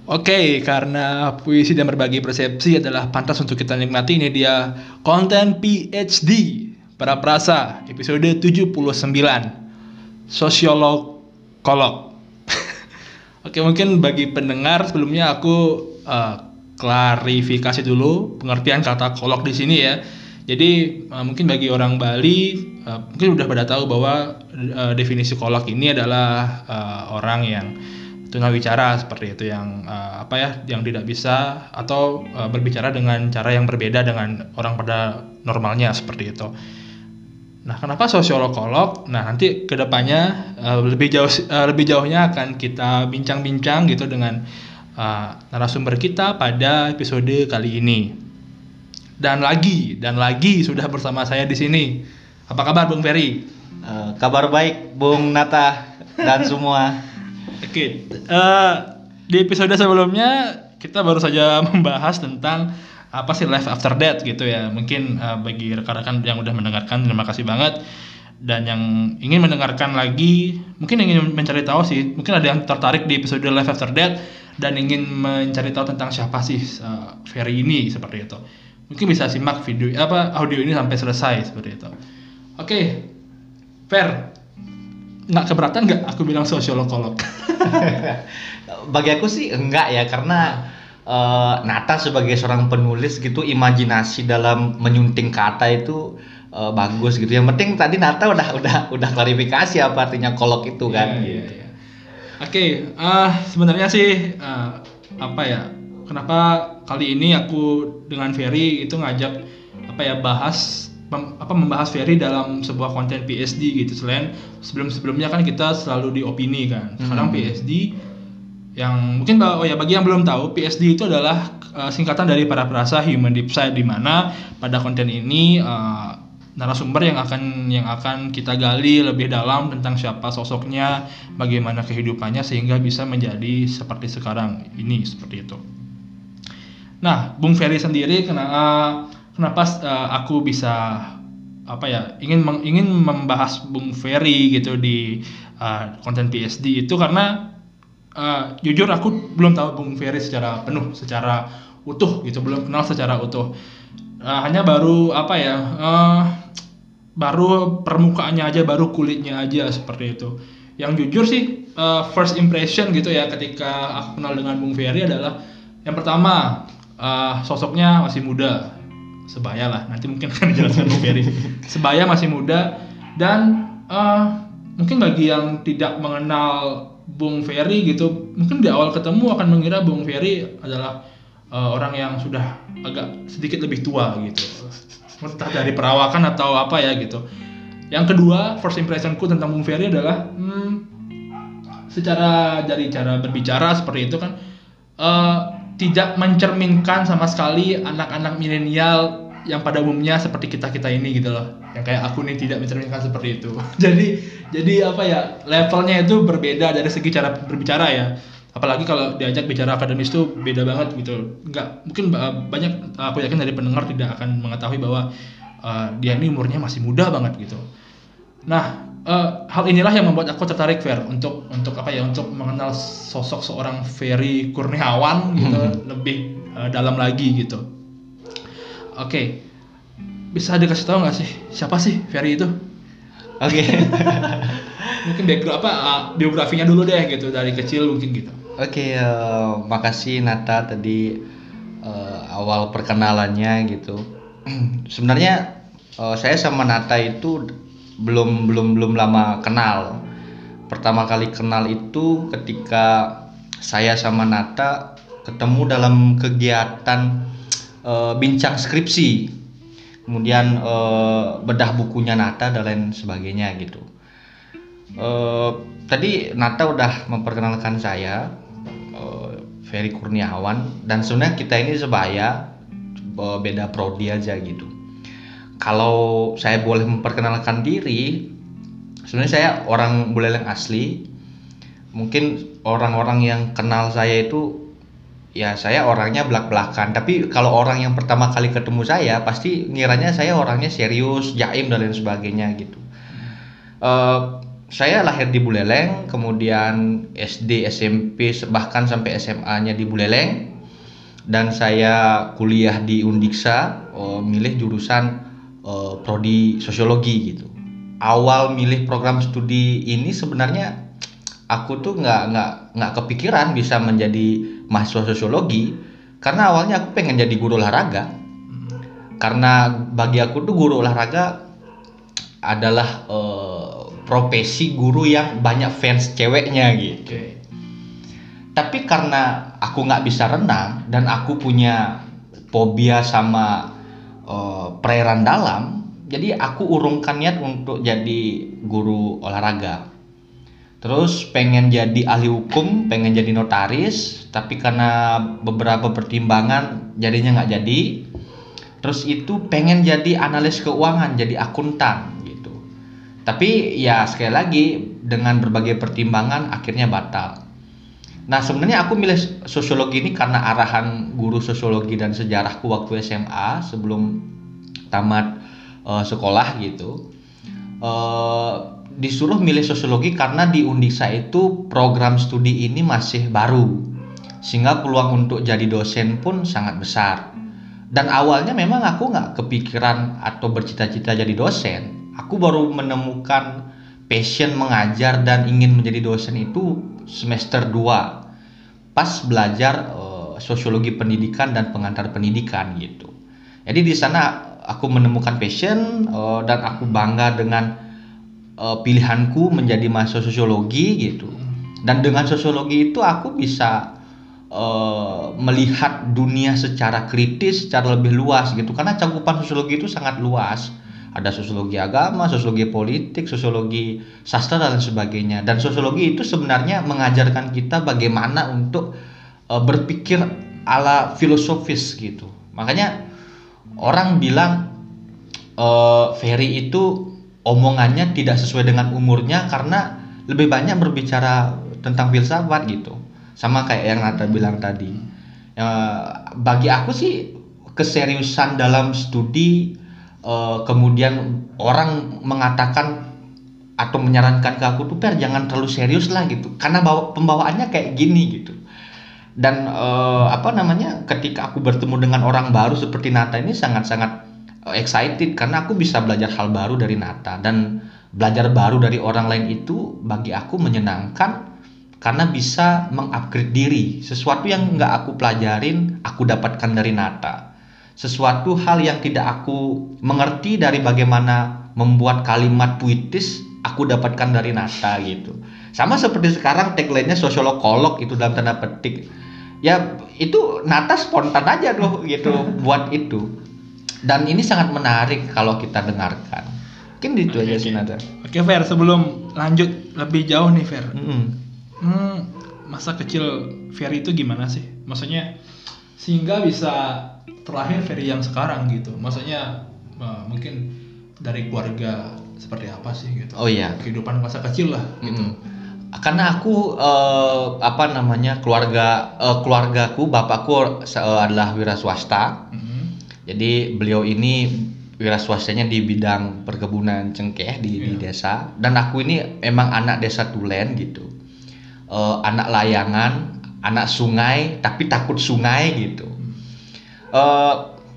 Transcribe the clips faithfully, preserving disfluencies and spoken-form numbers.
Oke, karena puisi dan berbagi persepsi adalah pantas untuk kita nikmati, ini dia konten P H D para prasa episode tujuh puluh sembilan Sosiolog Kolok. Oke, mungkin bagi pendengar sebelumnya aku uh, klarifikasi dulu pengertian kata kolok di sini ya. Jadi uh, mungkin bagi orang Bali uh, mungkin udah pada tahu bahwa uh, definisi kolok ini adalah uh, orang yang tunawicara seperti itu, yang uh, apa ya, yang tidak bisa atau uh, berbicara dengan cara yang berbeda dengan orang pada normalnya seperti itu. Nah, kenapa sosiolog kolok? Nah, nanti kedepannya uh, lebih jauh uh, lebih jauhnya akan kita bincang-bincang gitu dengan uh, narasumber kita pada episode kali ini. Dan lagi dan lagi sudah bersama saya di sini. Apa kabar Bung Ferry? Uh, kabar baik Bung Nata dan semua. Oke, okay. uh, di episode sebelumnya kita baru saja membahas tentang apa sih life after death gitu ya. Mungkin uh, bagi rekan-rekan yang udah mendengarkan, terima kasih banget. Dan yang ingin mendengarkan lagi, mungkin ingin mencari tahu sih, mungkin ada yang tertarik di episode life after death dan ingin mencari tahu tentang siapa sih uh, Ferry ini seperti itu. Mungkin bisa simak video apa audio ini sampai selesai seperti itu. Oke, okay. Fer, nggak keberatan nggak aku bilang sosiolog kolok? Bagi aku sih enggak ya, karena uh, Nata sebagai seorang penulis gitu, imajinasi dalam menyunting kata itu uh, bagus gitu. Yang penting tadi Nata udah udah udah klarifikasi apa artinya kolok itu kan. Iya, iya, iya. Oke, uh, sebenarnya sih uh, apa ya? Kenapa kali ini aku dengan Ferry itu ngajak apa ya, bahas Mem, apa membahas Ferry dalam sebuah konten P H D gitu. Selain sebelum-sebelumnya kan kita selalu di opini kan. Sekarang hmm. P H D yang mungkin oh ya bagi yang belum tahu, P H D itu adalah uh, singkatan dari para perasa Human Deep Side, di mana pada konten ini uh, narasumber yang akan yang akan kita gali lebih dalam tentang siapa sosoknya, bagaimana kehidupannya sehingga bisa menjadi seperti sekarang ini, seperti itu. Nah, Bung Ferry sendiri kena uh, kenapa uh, aku bisa apa ya ingin meng, ingin membahas Bung Ferry gitu di uh, konten P H D itu karena uh, jujur aku belum tahu Bung Ferry secara penuh, secara utuh gitu, belum kenal secara utuh. Uh, hanya baru apa ya uh, baru permukaannya aja, baru kulitnya aja seperti itu. Yang jujur sih uh, first impression gitu ya ketika aku kenal dengan Bung Ferry adalah yang pertama, uh, sosoknya masih muda. Sebaya lah, nanti mungkin akan dijelaskan Bung Ferry. Sebaya, masih muda, dan uh, mungkin bagi yang tidak mengenal Bung Ferry gitu, mungkin di awal ketemu akan mengira Bung Ferry adalah uh, orang yang sudah agak sedikit lebih tua gitu, entah dari perawakan atau apa ya gitu. Yang kedua, first impressionku tentang Bung Ferry adalah hmm, secara dari cara berbicara seperti itu kan, uh, tidak mencerminkan sama sekali anak-anak milenial yang pada umumnya seperti kita-kita ini gitu loh. Yang kayak aku nih tidak mencerminkan seperti itu. jadi jadi apa ya, levelnya itu berbeda dari segi cara berbicara ya. Apalagi kalau diajak bicara akademis itu beda banget gitu. Enggak, mungkin banyak, aku yakin dari pendengar tidak akan mengetahui bahwa uh, dia ini umurnya masih muda banget gitu. Nah, Uh, hal inilah yang membuat aku tertarik, Fer, untuk untuk apa ya, untuk mengenal sosok seorang Ferry Kurniawan gitu hmm. lebih uh, dalam lagi gitu. Oke, okay. Bisa dikasih tahu nggak sih siapa sih Ferry itu? Oke. Okay. Mungkin background apa uh, biografinya dulu deh gitu, dari kecil mungkin gitu. Oke, okay, uh, makasih Nata tadi uh, awal perkenalannya gitu. Sebenarnya uh, saya sama Nata itu belum belum belum lama kenal. Pertama kali kenal itu ketika saya sama Nata ketemu dalam kegiatan e, bincang skripsi, kemudian e, bedah bukunya Nata dan lain sebagainya gitu. E, tadi Nata udah memperkenalkan saya, e, Ferry Kurniawan, dan sebenarnya kita ini sebaya, e, beda prodi aja gitu. Kalau saya boleh memperkenalkan diri, sebenarnya saya orang Buleleng asli. Mungkin orang-orang yang kenal saya itu, ya saya orangnya belak-belakan. Tapi kalau orang yang pertama kali ketemu saya, pasti ngiranya saya orangnya serius, jaim dan lain sebagainya gitu. Uh, saya lahir di Buleleng, kemudian S D, S M P, bahkan sampai S M A-nya di Buleleng, dan saya kuliah di Undiksa, uh, milih jurusan uh, prodi sosiologi gitu. Awal milih program studi ini sebenarnya aku tuh nggak nggak nggak kepikiran bisa menjadi mahasiswa sosiologi, karena awalnya aku pengen jadi guru olahraga. Karena bagi aku tuh guru olahraga adalah uh, profesi guru yang banyak fans ceweknya gitu. Okay. Tapi karena aku nggak bisa renang dan aku punya fobia sama uh, perairan dalam, jadi aku urungkan niat untuk jadi guru olahraga. Terus pengen jadi ahli hukum, pengen jadi notaris, tapi karena beberapa pertimbangan jadinya nggak jadi. Terus itu pengen jadi analis keuangan, jadi akuntan gitu. Tapi ya sekali lagi dengan berbagai pertimbangan akhirnya batal. Nah sebenarnya aku milih sosiologi ini karena arahan guru sosiologi dan sejarahku waktu S M A sebelum tamat uh, sekolah gitu. Uh, disuruh milih sosiologi karena di Undiksa itu program studi ini masih baru, sehingga peluang untuk jadi dosen pun sangat besar. Dan awalnya memang aku nggak kepikiran atau bercita-cita jadi dosen. Aku baru menemukan passion mengajar dan ingin menjadi dosen itu semester dua, pas belajar uh, sosiologi pendidikan dan pengantar pendidikan gitu. Jadi di sana aku menemukan passion uh, dan aku bangga dengan uh, pilihanku menjadi mahasiswa sosiologi gitu. Dan dengan sosiologi itu aku bisa uh, melihat dunia secara kritis, secara lebih luas gitu. Karena cakupan sosiologi itu sangat luas. Ada sosiologi agama, sosiologi politik, sosiologi sastra dan sebagainya. Dan sosiologi itu sebenarnya mengajarkan kita bagaimana untuk uh, berpikir ala filosofis gitu. Makanya orang bilang uh, Ferry itu omongannya tidak sesuai dengan umurnya karena lebih banyak berbicara tentang filsafat gitu. Sama kayak yang Nata bilang tadi. Uh, bagi aku sih keseriusan dalam studi, Uh, kemudian orang mengatakan atau menyarankan ke aku tuh, Per jangan terlalu serius lah gitu, karena bawa, pembawaannya kayak gini gitu. Dan uh, apa namanya, ketika aku bertemu dengan orang baru seperti Nata ini sangat-sangat uh, excited karena aku bisa belajar hal baru dari Nata, dan belajar baru dari orang lain itu bagi aku menyenangkan karena bisa mengupgrade diri. Sesuatu yang nggak aku pelajarin aku dapatkan dari Nata. Sesuatu hal yang tidak aku mengerti dari bagaimana membuat kalimat puitis aku dapatkan dari Nata gitu. Sama seperti sekarang tagline-nya sosiolog kolok itu dalam tanda petik. Ya itu Nata spontan aja tuh gitu buat itu. Dan ini sangat menarik kalau kita dengarkan. Mungkin itu Oke, aja oke. sih Nata. Oke Fer, sebelum lanjut lebih jauh nih Fer, Mm-mm. hmm, masa kecil Ferry itu gimana sih? Maksudnya sehingga bisa terlahir Ferry yang sekarang gitu. Maksudnya uh, mungkin dari keluarga seperti apa sih gitu? Oh iya. Kehidupan masa kecil lah gitu. Mm-mm. Karena aku eh, apa namanya keluarga eh, keluargaku, bapakku eh, adalah wira swasta. Mhm. Jadi beliau ini wira swastanya di bidang perkebunan cengkeh di, di Iya. desa, dan aku ini emang anak desa tulen gitu. Eh, anak layangan, anak sungai tapi takut sungai gitu. Eh,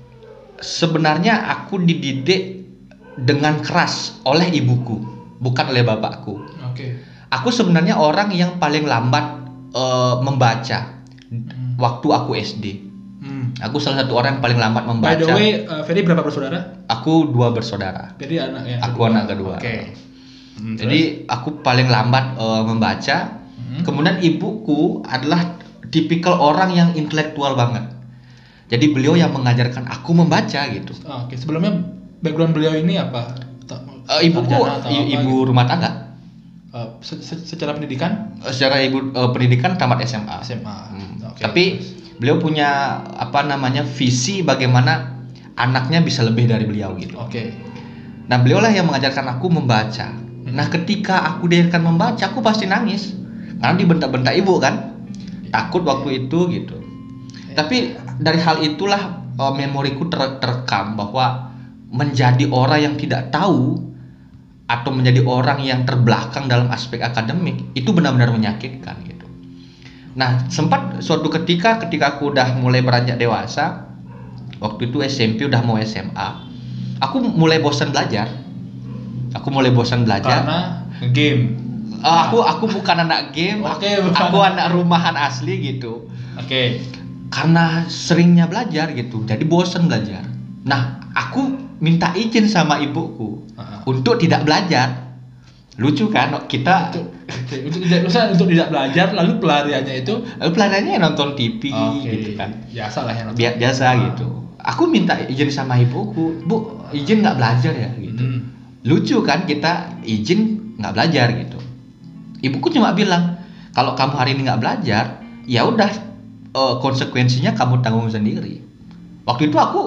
sebenarnya aku dididik dengan keras oleh ibuku, bukan oleh bapakku. Oke. Aku sebenarnya orang yang paling lambat uh, membaca Hmm. waktu aku S D. Hmm. Aku salah satu orang yang paling lambat membaca. By the way, uh, Ferry berapa bersaudara? Aku dua bersaudara. Ferry anak yang Aku kedua. anak kedua. Oke. Hmm, Jadi aku paling lambat uh, membaca. Hmm. Kemudian ibuku adalah tipikal orang yang intelektual banget. Jadi beliau yang mengajarkan aku membaca gitu. terus- oh, Oke, sebelumnya background beliau ini apa? Ta- Uh, ibuku sarjana atau i- apa ibu gitu? rumah tangga. Uh, se- se- secara pendidikan Uh, secara ibu uh, pendidikan tamat S M A. S M A. Hmm. Oke, Tapi terus. beliau punya apa namanya visi bagaimana anaknya bisa lebih dari beliau gitu. Oke. Nah beliau lah yang mengajarkan aku membaca. Nah ketika aku diajarkan membaca aku pasti nangis karena dibentak-bentak ibu kan. Takut waktu itu gitu. Tapi dari hal itulah uh, memoriku ter- terekam bahwa menjadi orang yang tidak tahu atau menjadi orang yang terbelakang dalam aspek akademik itu benar-benar menyakitkan gitu. Nah, sempat suatu ketika ketika aku udah mulai beranjak dewasa, waktu itu S M P udah mau S M A, aku mulai bosan belajar. Aku mulai bosan belajar karena game. Uh, aku aku bukan anak game, Oke, aku, bukan. aku anak rumahan asli gitu. Oke. Karena seringnya belajar gitu, jadi bosan belajar. Nah, aku minta izin sama ibuku Uh-huh. untuk tidak belajar. Lucu kan? Kita Untuk untuk tidak usah untuk tidak belajar, lalu pelariannya itu lalu pelariannya nonton T V oke, gitu kan. biasa lah yang Biar biasa Ah. gitu. Aku minta izin sama ibuku, Bu, izin nggak belajar ya gitu. Hmm. Lucu kan, kita izin nggak belajar gitu. Ibuku cuma bilang, kalau kamu hari ini nggak belajar, ya udah eh, konsekuensinya kamu tanggung sendiri. Waktu itu aku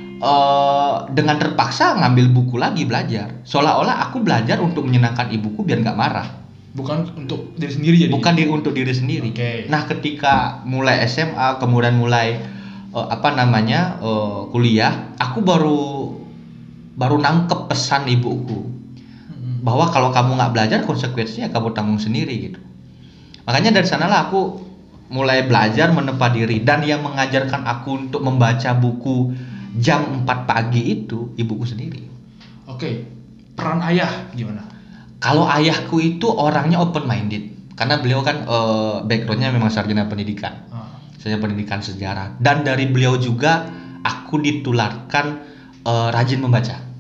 eh, dengan terpaksa ngambil buku lagi belajar, seolah-olah aku belajar untuk menyenangkan ibuku biar nggak marah, bukan untuk diri sendiri jadi. bukan di, untuk diri sendiri. Oke. Nah, ketika mulai S M A, kemudian mulai eh, apa namanya eh, kuliah, aku baru baru nangkep pesan ibuku Hmm. bahwa kalau kamu nggak belajar konsekuensinya kamu tanggung sendiri gitu. Makanya dari sanalah aku mulai belajar menempa diri, dan yang mengajarkan aku untuk membaca buku jam empat pagi itu ibuku sendiri. Oke. Peran ayah gimana? Kalau ayahku itu orangnya open minded karena beliau kan eh, backgroundnya memang sarjana pendidikan, Ah. sarjana pendidikan sejarah, dan dari beliau juga aku ditularkan eh, rajin membaca.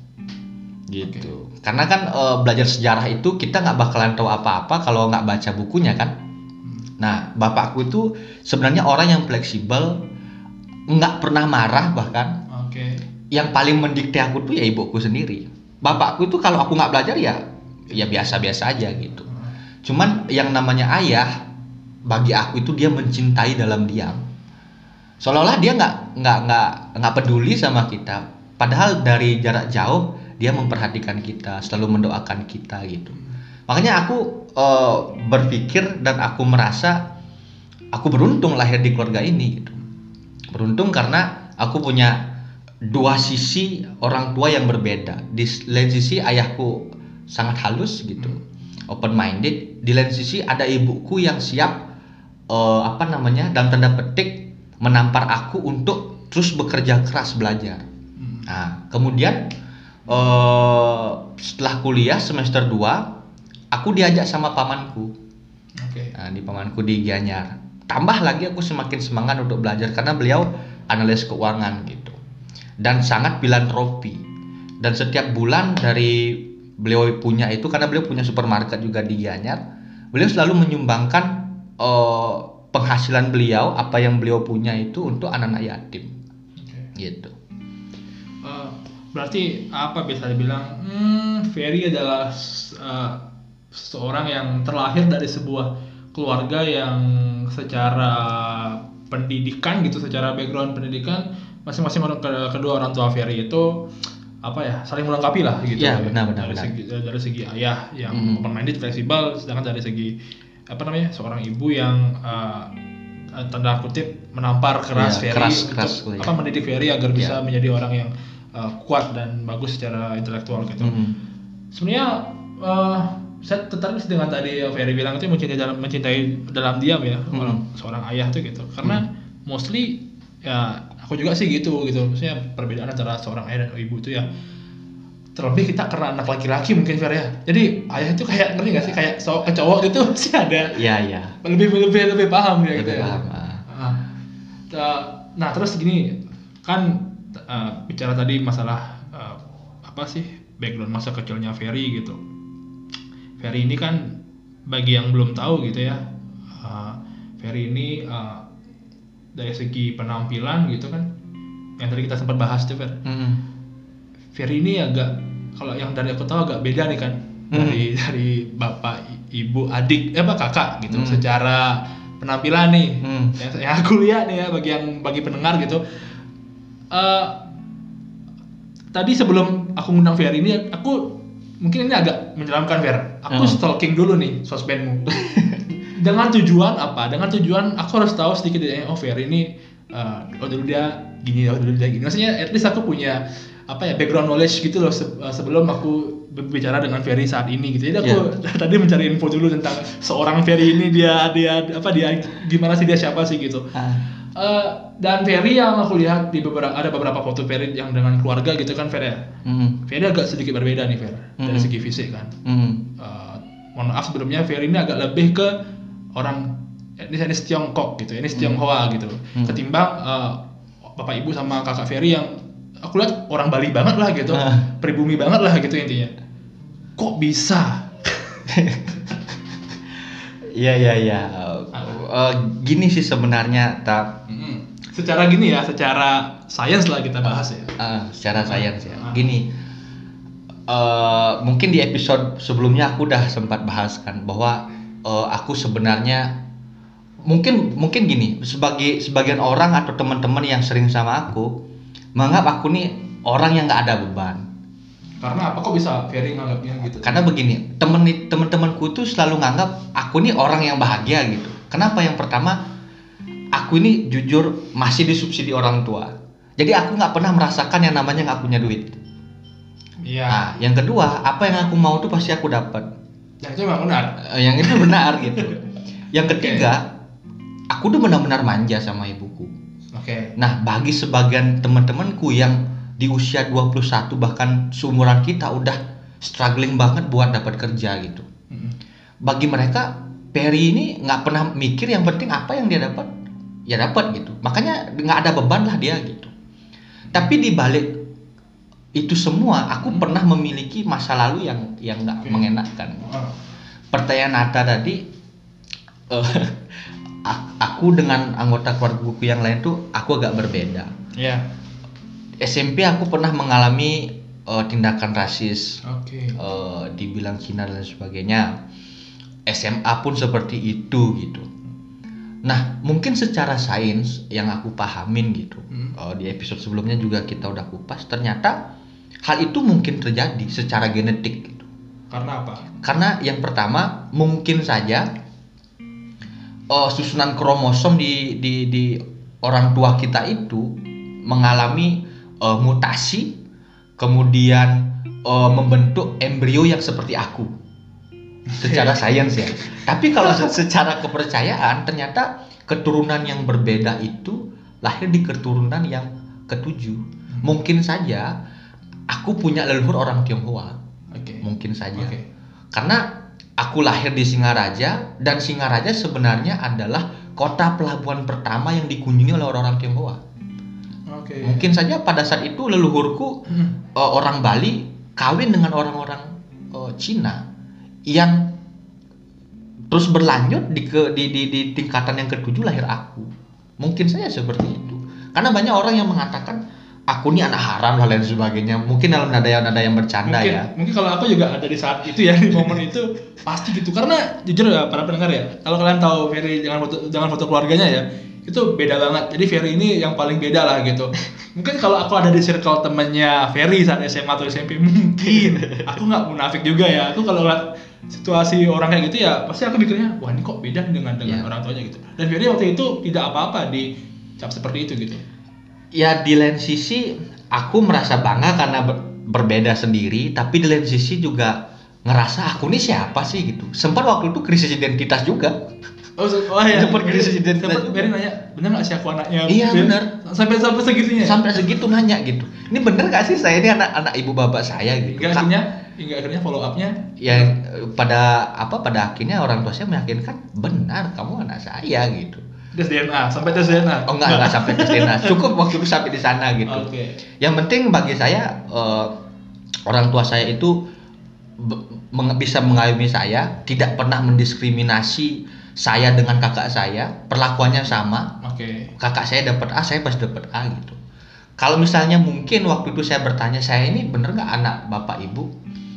Gitu. Karena kan e, belajar sejarah itu kita nggak bakalan tahu apa-apa kalau nggak baca bukunya kan. Nah, bapakku itu sebenarnya orang yang fleksibel, nggak pernah marah bahkan. Oke. Yang paling mendikte aku tuh ya ibuku sendiri. Bapakku itu kalau aku nggak belajar ya ya biasa-biasa aja gitu. Cuman yang namanya ayah bagi aku itu dia mencintai dalam diam. Seolah-olah dia nggak nggak nggak nggak peduli sama kita. Padahal dari jarak jauh dia memperhatikan kita, selalu mendoakan kita gitu. Makanya aku uh, berpikir dan aku merasa aku beruntung lahir di keluarga ini gitu. Beruntung karena aku punya dua sisi orang tua yang berbeda. Di lain sisi ayahku sangat halus gitu, open minded. Di lain sisi ada ibuku yang siap uh, apa namanya dalam tanda petik menampar aku untuk terus bekerja keras belajar. Nah, kemudian Uh, setelah kuliah semester dua aku diajak sama pamanku. Oke. Nah, di pamanku di Gianyar. Tambah lagi aku semakin semangat untuk belajar karena beliau analis keuangan gitu. Dan sangat filantropi. Dan setiap bulan dari beliau punya itu, karena beliau punya supermarket juga di Gianyar, beliau selalu menyumbangkan uh, penghasilan beliau, apa yang beliau punya itu untuk anak-anak yatim. Oke. Gitu. Uh, berarti apa bisa dibilang hmm, Ferry adalah uh, seseorang yang terlahir dari sebuah keluarga yang secara pendidikan gitu, secara background pendidikan masing-masing orang kedua orang tua Ferry itu apa ya saling melengkapi lah gitu. Ya, benar, benar, dari benar. segi dari segi ayah yang Mm. open minded, fleksibel, sedangkan dari segi apa namanya seorang ibu yang uh, tanda kutip menampar keras Ya, Ferry keras, untuk keras, apa ya. mendidik Ferry agar bisa Ya. menjadi orang yang Uh, kuat dan bagus secara intelektual gitu. Mhm. Sebenarnya uh, saya tertarik dengan tadi yang Ferry bilang itu mencintai dalam mencintai dalam diam ya, Mhm. orang seorang ayah tuh gitu. Karena mostly ya aku juga sih gitu gitu. Maksudnya perbedaan antara seorang ayah dan ibu itu ya terlebih kita karena anak laki-laki mungkin Ferry ya. Jadi ayah itu kayak ngerti nggak sih kayak so, ke cowok gitu sih ada Iya, iya. lebih lebih lebih paham ya gitu Lebih ya. paham, ah. Ah. Uh, nah terus gini kan uh, bicara tadi masalah uh, apa sih background masa kecilnya Ferry gitu. Ferry ini kan bagi yang belum tahu gitu ya, uh, Ferry ini uh, dari segi penampilan gitu kan, yang tadi kita sempat bahas tuh Fer. Mhm. Ferry ini agak kalau yang dari aku tahu agak beda nih kan dari dari bapak, ibu, adik, eh apa kakak gitu Hmm. secara penampilan nih. Hmm. Yang, yang aku lihat nih ya bagi yang bagi pendengar gitu. Eh, tadi sebelum aku ngundang Ferry ini aku mungkin ini agak menyeramkan Fer. Aku Hmm. stalking dulu nih sosmedmu. Dengan tujuan apa? Dengan tujuan aku harus tahu sedikit ya, oh Ferry ini uh, oh dulu dia gini, oh dulu dia gini. Maksudnya at least aku punya apa ya background knowledge gitu loh se- uh, sebelum aku berbicara dengan Ferry saat ini gitu. Jadi aku yeah. tadi mencari info dulu tentang seorang Ferry ini, dia dia apa dia gimana sih, dia siapa sih gitu. Ah. Uh, dan Ferry yang aku lihat di beberapa ada beberapa foto Ferry yang dengan keluarga gitu kan, Ferry ya. Mm. Ferry agak sedikit berbeda nih Ferry mm. dari segi fisik kan. Mm. Uh, mohon maaf sebelumnya, Ferry ini agak lebih ke orang etnis Tiongkok gitu, etnis Tionghoa gitu, mm. ketimbang uh, bapak ibu sama kakak Ferry yang aku lihat orang Bali banget lah gitu, uh. pribumi banget lah gitu intinya. Kok bisa? Iya iya iya. Gini sih sebenarnya, tak. Mm-hmm. Secara gini ya, secara sains lah kita bahas ya. Uh, secara sains ya. Uh. Gini, uh, mungkin di episode sebelumnya aku udah sempat bahas kan bahwa uh, aku sebenarnya mungkin mungkin gini, sebagai sebagian orang atau teman-teman yang sering sama aku menganggap aku nih orang yang nggak ada beban. Karena apa kok bisa Ferry nganggapnya gitu? Karena begini, temen teman-temanku tuh selalu nganggap aku nih orang yang bahagia gitu. Kenapa? Yang pertama, aku ini jujur masih disubsidi orang tua. Jadi aku nggak pernah merasakan yang namanya nggak punya duit. Iya. Nah, yang kedua, apa yang aku mau tuh pasti aku dapat. Yang itu memang benar. Yang itu benar gitu. Yang ketiga, okay. aku tuh benar-benar manja sama ibuku. Oke. Okay. Nah, bagi sebagian teman-temanku yang di usia dua puluh satu bahkan seumuran kita udah struggling banget buat dapat kerja gitu. Mm-hmm. Bagi mereka Ferry ini nggak pernah mikir, yang penting apa yang dia dapat ya dapat gitu. Makanya nggak ada beban lah dia gitu. Tapi di balik itu semua aku mm-hmm. pernah memiliki masa lalu yang yang nggak okay. mengenakan. Oh. Pertanyaan Nata tadi, uh, aku dengan anggota keluargaku yang lain tuh aku agak berbeda. Iya. Yeah. S M P aku pernah mengalami uh, tindakan rasis, okay. uh, dibilang Cina dan sebagainya. S M A pun seperti itu gitu. Nah, mungkin secara sains yang aku pahamin gitu, hmm. uh, di episode sebelumnya juga kita udah kupas. Ternyata hal itu mungkin terjadi secara genetik gitu. Karena apa? Karena yang pertama mungkin saja uh, susunan kromosom di di di orang tua kita itu mengalami Uh, mutasi, kemudian uh, membentuk embrio yang seperti aku secara sains ya. Tapi kalau secara kepercayaan, ternyata keturunan yang berbeda itu lahir di keturunan yang ketujuh. Hmm. Mungkin saja aku punya leluhur orang Tionghoa. Okay. Mungkin saja. Okay. Karena aku lahir di Singaraja, dan Singaraja sebenarnya adalah kota pelabuhan pertama yang dikunjungi oleh orang-orang Tionghoa. Okay. Mungkin saja pada saat itu leluhurku hmm. uh, orang Bali kawin dengan orang-orang uh, Cina yang terus berlanjut di, ke, di, di, di tingkatan yang ketujuh lahir aku. Mungkin saja seperti itu. Karena banyak orang yang mengatakan aku ini anak haram dan lain sebagainya. Mungkin dalam nada-nada yang bercanda mungkin, ya. Mungkin kalau aku juga ada di saat itu ya, di momen itu pasti gitu. Karena jujur ya para pendengar ya, kalau kalian tahu Ferry dengan foto dengan foto keluarganya ya, itu beda banget. Jadi Ferry ini yang paling beda lah gitu. Mungkin kalau aku ada di circle temennya Ferry saat S M A atau S M P, mungkin aku nggak munafik juga ya. Aku kalau lihat situasi orang kayak gitu ya, pasti aku mikirnya, wah ini kok beda dengan dengan yeah. orang tuanya gitu. Dan Ferry waktu itu tidak apa-apa di cap seperti itu gitu. Ya di lain sisi aku merasa bangga karena ber- berbeda sendiri, tapi di lain sisi juga ngerasa aku ini siapa sih gitu. Sempat waktu itu krisis identitas juga. Oh, oh ya. Sempat krisis identitas. Sempat Ferry nanya, bener nggak sih aku anaknya? Iya bener. Sampai sampai segitunya. Sampai segitu nanya gitu. Ini bener nggak sih saya ini anak anak ibu bapak saya gitu. Hingga akhirnya, hingga akhirnya follow up-nya. Ya pada apa pada akhirnya orang tua saya meyakinkan benar kamu anak saya gitu. Tes D N A, sampai tes D N A? Oh enggak, enggak sampai tes D N A, cukup waktu itu sampai di sana gitu. Okay. Yang penting bagi saya uh, orang tua saya itu be- meng- bisa mengayomi saya, tidak pernah mendiskriminasi saya dengan kakak saya, perlakuannya sama. Okay. Kakak saya dapat A, saya pasti dapat A gitu. Kalau misalnya mungkin waktu itu saya bertanya, saya ini bener nggak anak bapak ibu?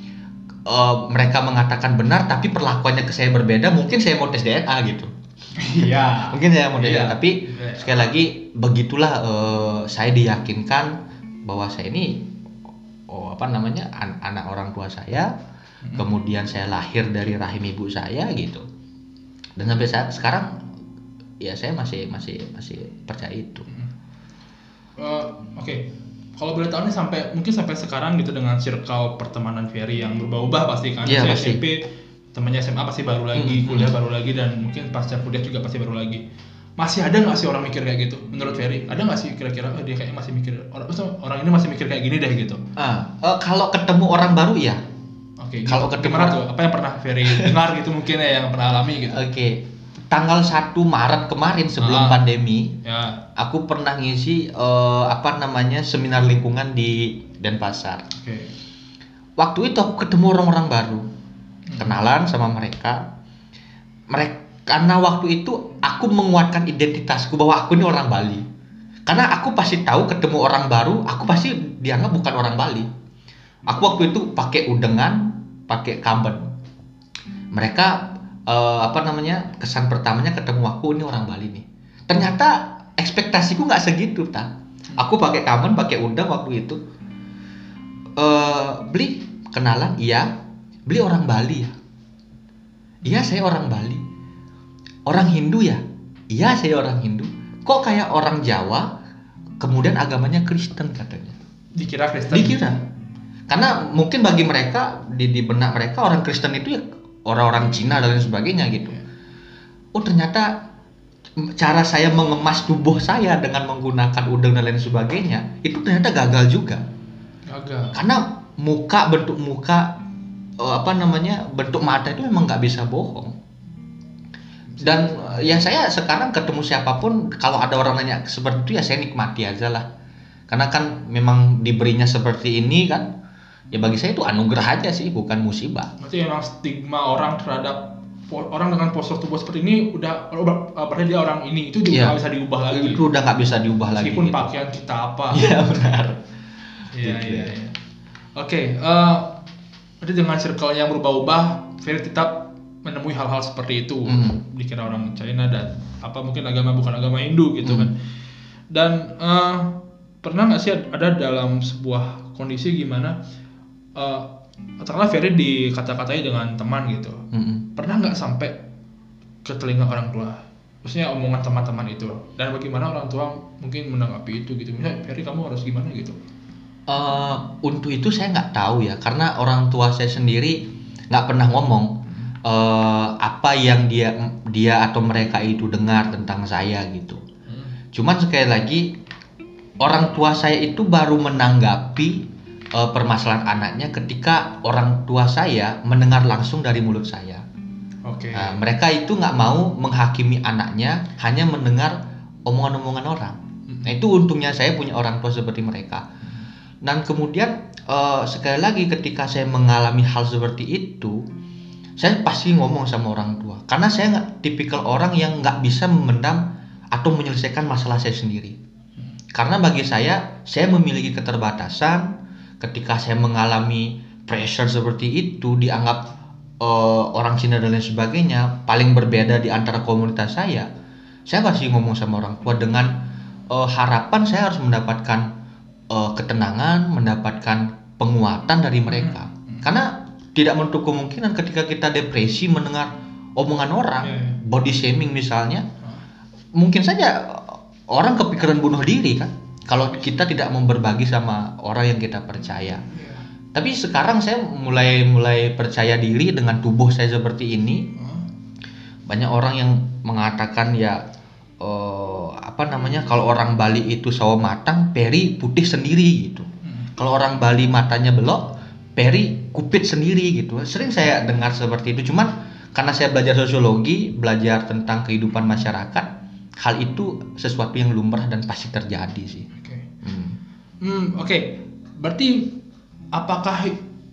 Uh, mereka mengatakan benar, tapi perlakuannya ke saya berbeda, mungkin saya mau tes D N A gitu. Iya. Mungkin saya mau iya. tapi iya. sekali lagi begitulah uh, saya diyakinkan bahwa saya ini oh apa namanya an- anak orang tua saya, mm-hmm. kemudian saya lahir dari rahim ibu saya gitu. Dan sampai saat sekarang ya saya masih masih masih percaya itu. Mm-hmm. Uh, Oke. Okay. kalau boleh tahu nih sampai mungkin sampai sekarang gitu dengan circle pertemanan Ferry yang berubah-ubah pasti kan. Iya, Saya pasti. S M P temannya S M A pasti baru lagi, Mm-mm. kuliah baru lagi, dan mungkin pasca kuliah juga pasti baru lagi. Masih ada nggak sih orang mikir kayak gitu? Menurut Ferry, ada nggak sih kira-kira oh, dia kayaknya masih mikir orang orang ini masih mikir kayak gini deh gitu? Ah, eh, kalau ketemu orang baru ya. Oke, Kalau gitu. ketemu- Gimana tuh? Apa yang pernah Ferry dengar gitu mungkin ya yang pernah alami gitu? Oke, tanggal satu Maret kemarin sebelum Ah. pandemi, Ya, aku pernah ngisi eh, apa namanya seminar lingkungan di Denpasar. oke. Waktu itu aku ketemu orang-orang baru, kenalan sama mereka. Mereka karena waktu itu aku menguatkan identitasku bahwa aku ini orang Bali. Karena aku pasti tahu ketemu orang baru, aku pasti dianggap bukan orang Bali. Aku waktu itu pakai udengan, pakai kamben. Mereka eh, apa namanya kesan pertamanya ketemu aku ini orang Bali nih. Ternyata ekspektasiku nggak segitu, ta. Aku pakai kamben, pakai udeng waktu itu. Eh, beli kenalan, iya. Beli orang Bali ya. Iya, saya orang Bali. Orang Hindu ya? Iya, saya orang Hindu. Kok kayak orang Jawa, kemudian agamanya Kristen katanya. Dikira Kristen. Dikira. Karena mungkin bagi mereka, di, di benak mereka orang Kristen itu ya orang-orang Cina dan lain sebagainya gitu. Oh, ternyata cara saya mengemas tubuh saya dengan menggunakan udeng dan lain sebagainya, itu ternyata gagal juga. Gagal. Karena muka, bentuk muka, eh, apa namanya, bentuk mata itu memang nggak bisa bohong. Dan eh, ya saya sekarang ketemu siapapun, kalau ada orang nanya seperti itu ya saya nikmati aja lah. Karena kan memang diberinya seperti ini kan, ya bagi saya itu anugerah aja sih, bukan musibah. Berarti memang stigma orang terhadap po- orang dengan postur tubuh seperti ini udah oh, ber- uh, berarti dia orang ini, itu juga Iya. nggak bisa diubah lagi. Itu udah nggak bisa diubah lagi. Meskipun gitu. pakaian kita apa. Iya benar. Iya Gitu. iya iya. Oke, eh berarti dengan circle yang berubah-ubah, Ferry tetap menemui hal-hal seperti itu. Mhm. Dikira orang China dan apa mungkin agama bukan agama Hindu gitu kan. Dan eh, pernah nggak sih ada dalam sebuah kondisi gimana eh katakanlah Ferry dikata-katai dengan teman gitu. Mhm. Pernah nggak sampai ke telinga orang tua? Maksudnya omongan teman-teman itu, dan bagaimana orang tua mungkin menanggapi itu gitu. Misalnya Ferry kamu harus gimana gitu. Eh, untuk itu saya nggak tahu ya, karena orang tua saya sendiri nggak pernah ngomong eh, apa yang dia dia atau mereka itu dengar tentang saya gitu. Cuman sekali lagi orang tua saya itu baru menanggapi eh, permasalahan anaknya ketika orang tua saya mendengar langsung dari mulut saya. Oke. Nah, mereka itu nggak mau menghakimi anaknya hanya mendengar omongan-omongan orang. Nah, itu untungnya saya punya orang tua seperti mereka. Dan kemudian eh, sekali lagi ketika saya mengalami hal seperti itu, saya pasti ngomong sama orang tua. Karena saya nggak tipikal orang yang nggak bisa memendam atau menyelesaikan masalah saya sendiri. Karena bagi saya, saya memiliki keterbatasan. Ketika saya mengalami pressure seperti itu, dianggap eh, orang Cina dan lain sebagainya paling berbeda di antara komunitas saya. Saya pasti ngomong sama orang tua dengan eh, harapan saya harus mendapatkan eh, ketenangan, mendapatkan penguatan dari mereka. Karena tidak menutup kemungkinan ketika kita depresi mendengar omongan orang, Iya, iya. body shaming misalnya, mungkin saja orang kepikiran bunuh diri kan, kalau kita tidak mau berbagi sama orang yang kita percaya. Tapi sekarang saya mulai mulai percaya diri dengan tubuh saya seperti ini. Banyak orang yang mengatakan ya eh, apa namanya, kalau orang Bali itu sawo matang, peri putih sendiri gitu. Kalau orang Bali matanya belok, peri kupit sendiri gitu. Sering saya dengar seperti itu. Cuman karena saya belajar sosiologi, belajar tentang kehidupan masyarakat, hal itu sesuatu yang lumrah dan pasti terjadi sih. Oke. Hmm. Hmm, oke. Berarti apakah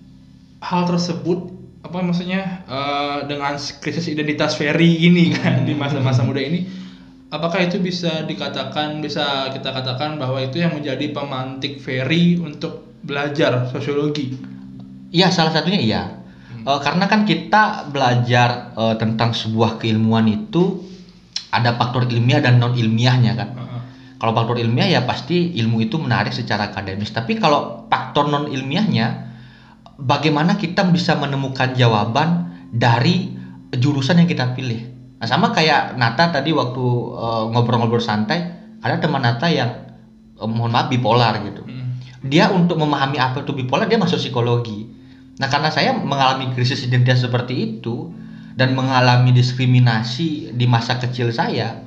hal tersebut apa maksudnya eh, dengan krisis identitas Ferry ini kan di masa-masa muda ini, apakah itu bisa dikatakan bisa kita katakan bahwa itu yang menjadi pemantik Ferry untuk belajar sosiologi? Iya, salah satunya iya. Eh, karena kan kita belajar eh, tentang sebuah keilmuan itu ada faktor ilmiah dan non ilmiahnya kan. Heeh. Kalau faktor ilmiah ya pasti ilmu itu menarik secara akademis. Tapi kalau faktor non ilmiahnya, bagaimana kita bisa menemukan jawaban dari jurusan yang kita pilih. Nah, sama kayak Nata tadi waktu uh, ngobrol-ngobrol santai, ada teman Nata yang uh, mohon maaf bipolar gitu. Hmm. dia untuk memahami apa itu bipolar dia masuk psikologi. Nah karena saya mengalami krisis identitas seperti itu dan mengalami diskriminasi di masa kecil saya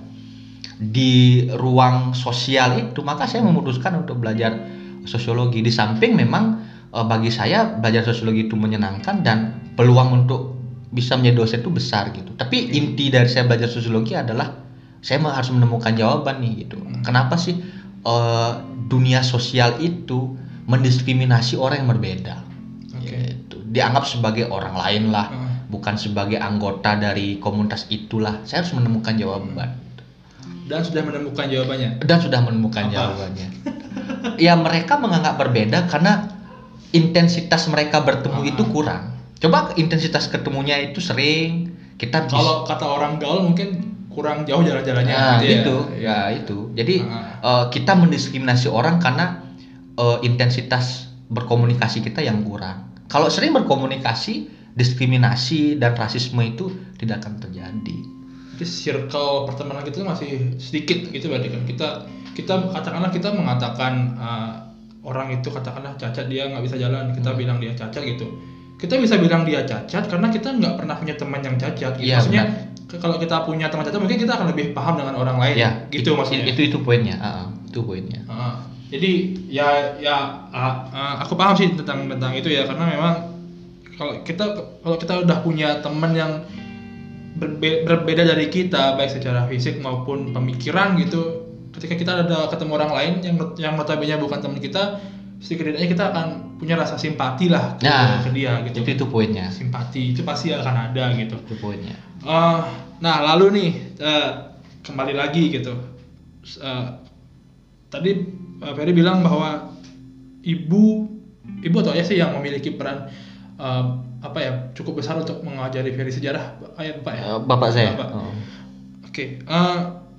di ruang sosial itu, maka saya memutuskan untuk belajar sosiologi. Di samping memang eh, bagi saya belajar sosiologi itu menyenangkan dan peluang untuk bisa menjadi dosen itu besar gitu. Tapi inti dari saya belajar sosiologi adalah saya harus menemukan jawaban nih gitu. Kenapa sih eh, dunia sosial itu mendiskriminasi orang yang berbeda? Oke. Gitu. Dianggap sebagai orang lain lah, Hmm. bukan sebagai anggota dari komunitas itulah. Saya harus menemukan jawaban. Dan sudah menemukan jawabannya. Dan sudah menemukan Apa? jawabannya. Ya mereka menganggap berbeda karena intensitas mereka bertemu Ah. itu kurang. Coba intensitas ketemunya itu sering kita bis- Kalau kata orang gaul mungkin kurang jauh jalan-jalannya Nah, gitu ya. itu, ya itu. Jadi Ah. eh, kita mendiskriminasi orang karena eh, intensitas berkomunikasi kita yang kurang. Kalau sering berkomunikasi, diskriminasi dan rasisme itu tidak akan terjadi. Jadi circle pertemanan kita tuh masih sedikit gitu berarti kan. Kita kita katakanlah kita mengatakan uh, orang itu katakanlah cacat, dia nggak bisa jalan, kita bilang dia cacat gitu. Kita bisa bilang dia cacat karena kita nggak pernah punya teman yang cacat gitu. Iya, Maksudnya ke- kalau kita punya teman cacat mungkin kita akan lebih paham dengan orang lain Ya, gitu itu, maksudnya. Itu itu poinnya. Ah, ah, itu poinnya. Ah, jadi ya ya ah, ah, aku paham sih tentang tentang itu ya, karena memang kalau kita kalau kita udah punya teman yang berbe- berbeda dari kita baik secara fisik maupun pemikiran gitu, ketika kita ada ketemu orang lain yang yang notabene bukan teman kita, setidaknya kita akan punya rasa simpati lah ke, Nah, ke dia gitu. Itu itu poinnya. Simpati itu pasti akan ada gitu. Itu poinnya. Eh, nah lalu nih eh, kembali lagi gitu. Eh, tadi Pak Ferry bilang bahwa ibu ibu atau ayah sih yang memiliki peran eh, apa ya cukup besar untuk mengajari Ferry sejarah, ayah bapak ya. Eh, Bapak saya. Bapak. Oh. Oke. eh,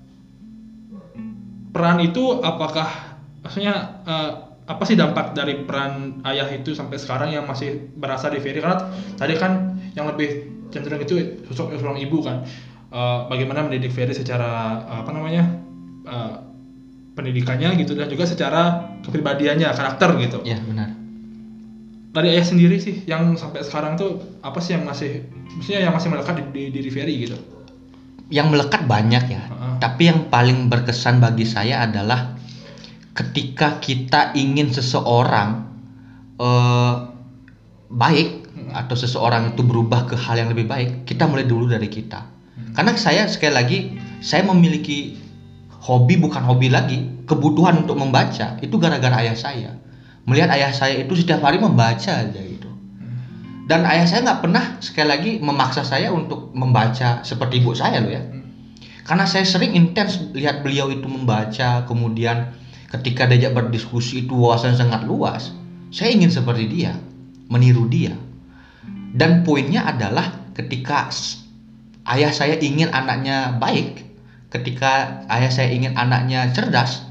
peran itu apakah maksudnya eh, apa sih dampak dari peran ayah itu sampai sekarang yang masih berasa di Ferry? Karena tadi kan yang lebih cenderung itu sosok seorang ibu kan. Eh, bagaimana mendidik Ferry secara apa namanya eh, pendidikannya gitu dan juga secara kepribadiannya, karakter gitu. Ya benar. Dari ayah sendiri sih yang sampai sekarang tuh apa sih yang masih maksudnya yang masih melekat di, di diri Ferry gitu. Yang melekat banyak ya. Uh-uh. Tapi yang paling berkesan bagi saya adalah ketika kita ingin seseorang eh, baik atau seseorang itu berubah ke hal yang lebih baik, kita mulai dulu dari kita. Karena saya sekali lagi saya memiliki hobi, bukan hobi lagi, kebutuhan untuk membaca itu gara-gara ayah saya. Melihat ayah saya itu setiap hari membaca aja gitu. Dan ayah saya nggak pernah sekali lagi memaksa saya untuk membaca seperti ibu saya loh ya. Karena saya sering intens lihat beliau itu membaca, kemudian ketika diajak berdiskusi itu wawasan sangat luas. Saya ingin seperti dia, meniru dia. Dan poinnya adalah ketika s- ayah saya ingin anaknya baik, ketika ayah saya ingin anaknya cerdas,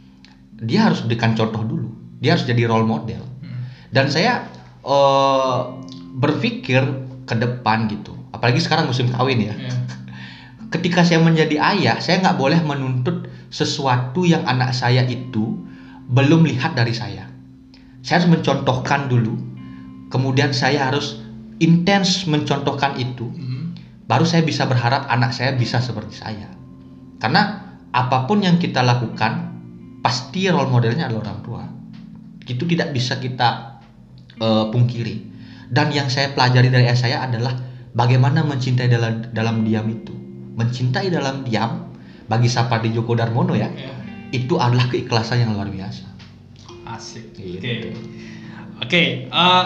dia harus berikan contoh dulu. Dia harus jadi role model. Dan saya eh, berpikir ke depan gitu. Apalagi sekarang musim kawin ya. Ya. Ketika saya menjadi ayah, saya nggak boleh menuntut sesuatu yang anak saya itu belum lihat dari saya. Saya harus mencontohkan dulu, kemudian saya harus intens mencontohkan itu, Hmm. baru saya bisa berharap anak saya bisa seperti saya. Karena apapun yang kita lakukan, pasti role modelnya adalah orang tua. Itu tidak bisa kita eh, pungkiri. Dan yang saya pelajari dari ayah saya adalah bagaimana mencintai dalam dalam diam itu. Mencintai dalam diam bagi Sapardi Djoko Darmono ya, Ya. itu adalah keikhlasan yang luar biasa. Asik. Gitu. Oke. Oke, eh,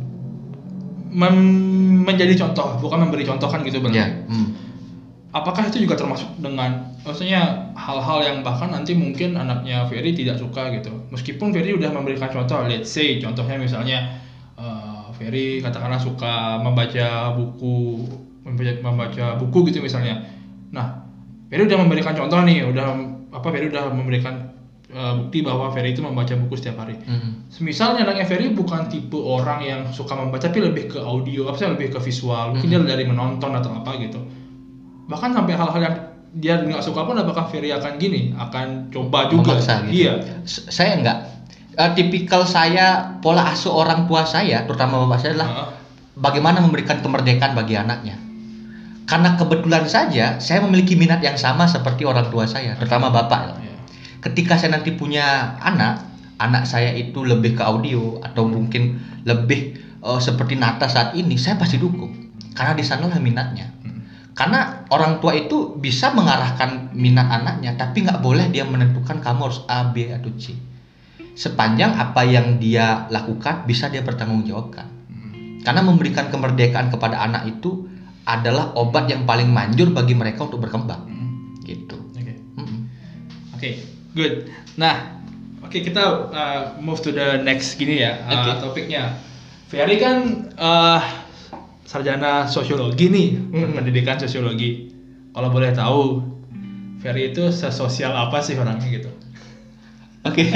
mem- menjadi contoh, bukan memberi contoh kan gitu Bang. Ya, hmm. Apakah itu juga termasuk dengan maksudnya hal-hal yang bahkan nanti mungkin anaknya Ferry tidak suka gitu. Meskipun Ferry udah memberikan contoh, let's say contohnya misalnya eh, Ferry katakanlah suka membaca buku membaca, membaca buku gitu misalnya. Nah, Ferry udah memberikan contoh nih, udah apa Ferry udah memberikan eh, bukti bahwa Ferry itu membaca buku setiap hari. Hmm. Misalnya anaknya Ferry bukan tipe orang yang suka membaca tapi lebih ke audio, apa sih lebih ke visual, mungkin dia dari menonton atau apa gitu. Bahkan sampai hal-hal yang dia nggak suka pun apakah Ferry akan gini, akan coba juga. Memaksa gitu. Iya. S- Saya enggak. uh, tipikal saya, pola asuh orang tua saya, terutama bapak saya adalah Heeh. bagaimana memberikan kemerdekaan bagi anaknya. Karena kebetulan saja saya memiliki minat yang sama seperti orang tua saya, terutama bapak. Iya. Ketika saya nanti punya anak, anak saya itu lebih ke audio atau mungkin lebih uh, seperti Nata saat ini, saya pasti dukung. Karena di sanalah minatnya. Hmm. Karena orang tua itu bisa mengarahkan minat anaknya, tapi nggak boleh dia menentukan kamu harus A, B, atau C. Sepanjang apa yang dia lakukan bisa dia pertanggungjawabkan. Hmm. Karena memberikan kemerdekaan kepada anak itu adalah obat yang paling manjur bagi mereka untuk berkembang. Hmm. Gitu. Oke. Mm-mm. Oke, good. Nah, oke kita uh, move to the next gini ya, uh, Oke. topiknya. Ferry kan uh, sarjana sosiologi nih, Mm-mm. pendidikan sosiologi. Kalau boleh tahu, Ferry itu sesosial apa sih orangnya gitu? Oke.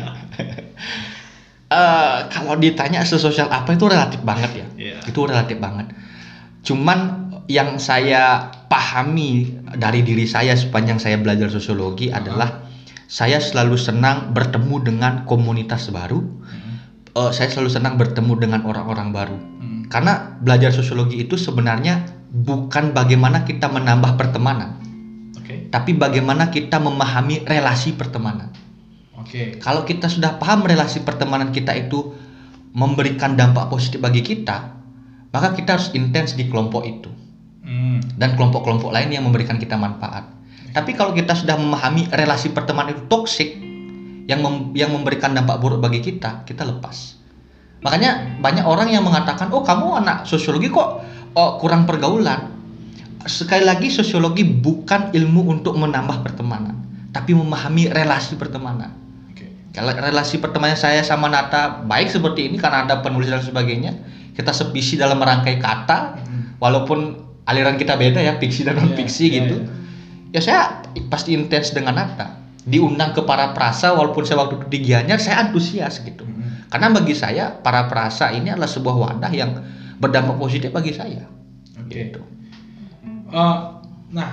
Eh, kalau ditanya sesosial apa itu relatif banget ya. Iya. Itu relatif banget. Cuman yang saya pahami dari diri saya sepanjang saya belajar sosiologi adalah saya selalu senang bertemu dengan komunitas baru. Hmm. Eh, saya selalu senang bertemu dengan orang-orang baru. Hmm. Karena belajar sosiologi itu sebenarnya bukan bagaimana kita menambah pertemanan, Oke. tapi bagaimana kita memahami relasi pertemanan. Oke. Kalau kita sudah paham relasi pertemanan kita itu memberikan dampak positif bagi kita, maka kita harus intens di kelompok itu Hmm. dan kelompok-kelompok lain yang memberikan kita manfaat. Tapi kalau kita sudah memahami relasi pertemanan itu toksik, yang mem- yang memberikan dampak buruk bagi kita, kita lepas. Makanya banyak orang yang mengatakan, oh kamu anak sosiologi kok oh, kurang pergaulan. Sekali lagi, sosiologi bukan ilmu untuk menambah pertemanan, tapi memahami relasi pertemanan. Oke. Kalau relasi pertemanan saya sama Nata baik seperti ini karena ada penulis dan sebagainya, kita sevisi dalam merangkai kata, Hmm. walaupun aliran kita beda ya, fiksi dan non fiksi Iya, gitu. iya, Ya saya pasti intens dengan Nata. Diundang ke Para Prasa walaupun saya waktu itu di Gianyar, saya antusias gitu. Hmm. Karena bagi saya Para Prasa ini adalah sebuah wadah yang berdampak positif bagi saya. Oke. Gitu. Uh, nah,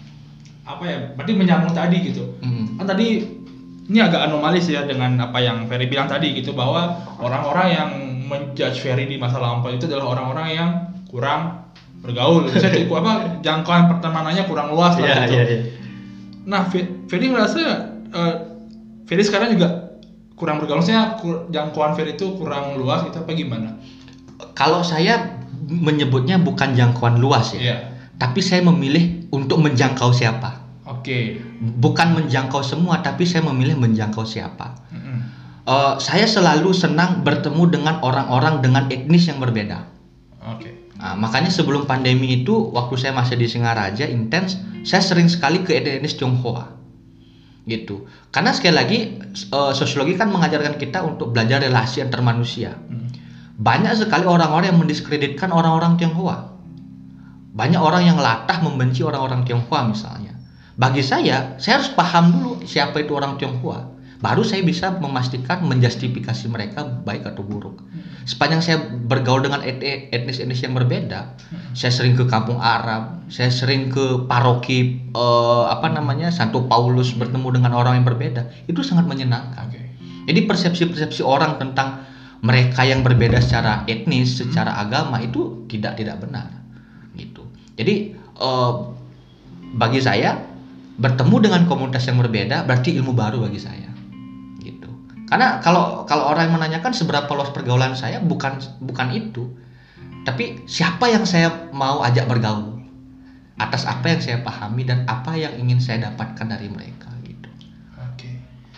apa ya? Berarti menyambung tadi gitu. Mm. Kan tadi ini agak anomalis ya dengan apa yang Ferry bilang tadi gitu, bahwa orang-orang yang menjudge Ferry di masa lampau itu adalah orang-orang yang kurang bergaul. Saya cukup apa jangkauan pertemanannya kurang luas lah Iya, gitu. iya, iya. Nah, Fe- Ferry merasa uh, Ferry sekarang juga kurang bergaul. Saya kur- jangkauan Ferry itu kurang luas gitu apa gimana? Kalau saya menyebutnya bukan jangkauan luas ya, Iya. tapi saya memilih untuk menjangkau siapa. Oke. Bukan menjangkau semua, tapi saya memilih menjangkau siapa. Mm-mm. Uh, saya selalu senang bertemu dengan orang-orang dengan etnis yang berbeda. Oke. Nah, makanya sebelum pandemi itu, waktu saya masih di Singaraja intens, saya sering sekali ke etnis Tionghoa, gitu. Karena sekali lagi uh, sosiologi kan mengajarkan kita untuk belajar relasi antar manusia. Mm. Banyak sekali orang-orang yang mendiskreditkan orang-orang Tionghoa. Banyak orang yang latah membenci orang-orang Tionghoa misalnya. Bagi saya, saya harus paham dulu siapa itu orang Tionghoa. Baru saya bisa memastikan menjustifikasi mereka baik atau buruk. Sepanjang saya bergaul dengan et- etnis-etnis yang berbeda, saya sering ke kampung Arab, saya sering ke paroki eh, apa namanya Santo Paulus bertemu dengan orang yang berbeda, itu sangat menyenangkan. Oke. Jadi persepsi-persepsi orang tentang mereka yang berbeda secara etnis, secara agama itu tidak tidak benar, gitu. Jadi eh, bagi saya bertemu dengan komunitas yang berbeda berarti ilmu baru bagi saya, gitu. Karena kalau kalau orang yang menanyakan seberapa luas pergaulan saya, bukan bukan itu, tapi siapa yang saya mau ajak bergaul, atas apa yang saya pahami dan apa yang ingin saya dapatkan dari mereka, gitu. Oke.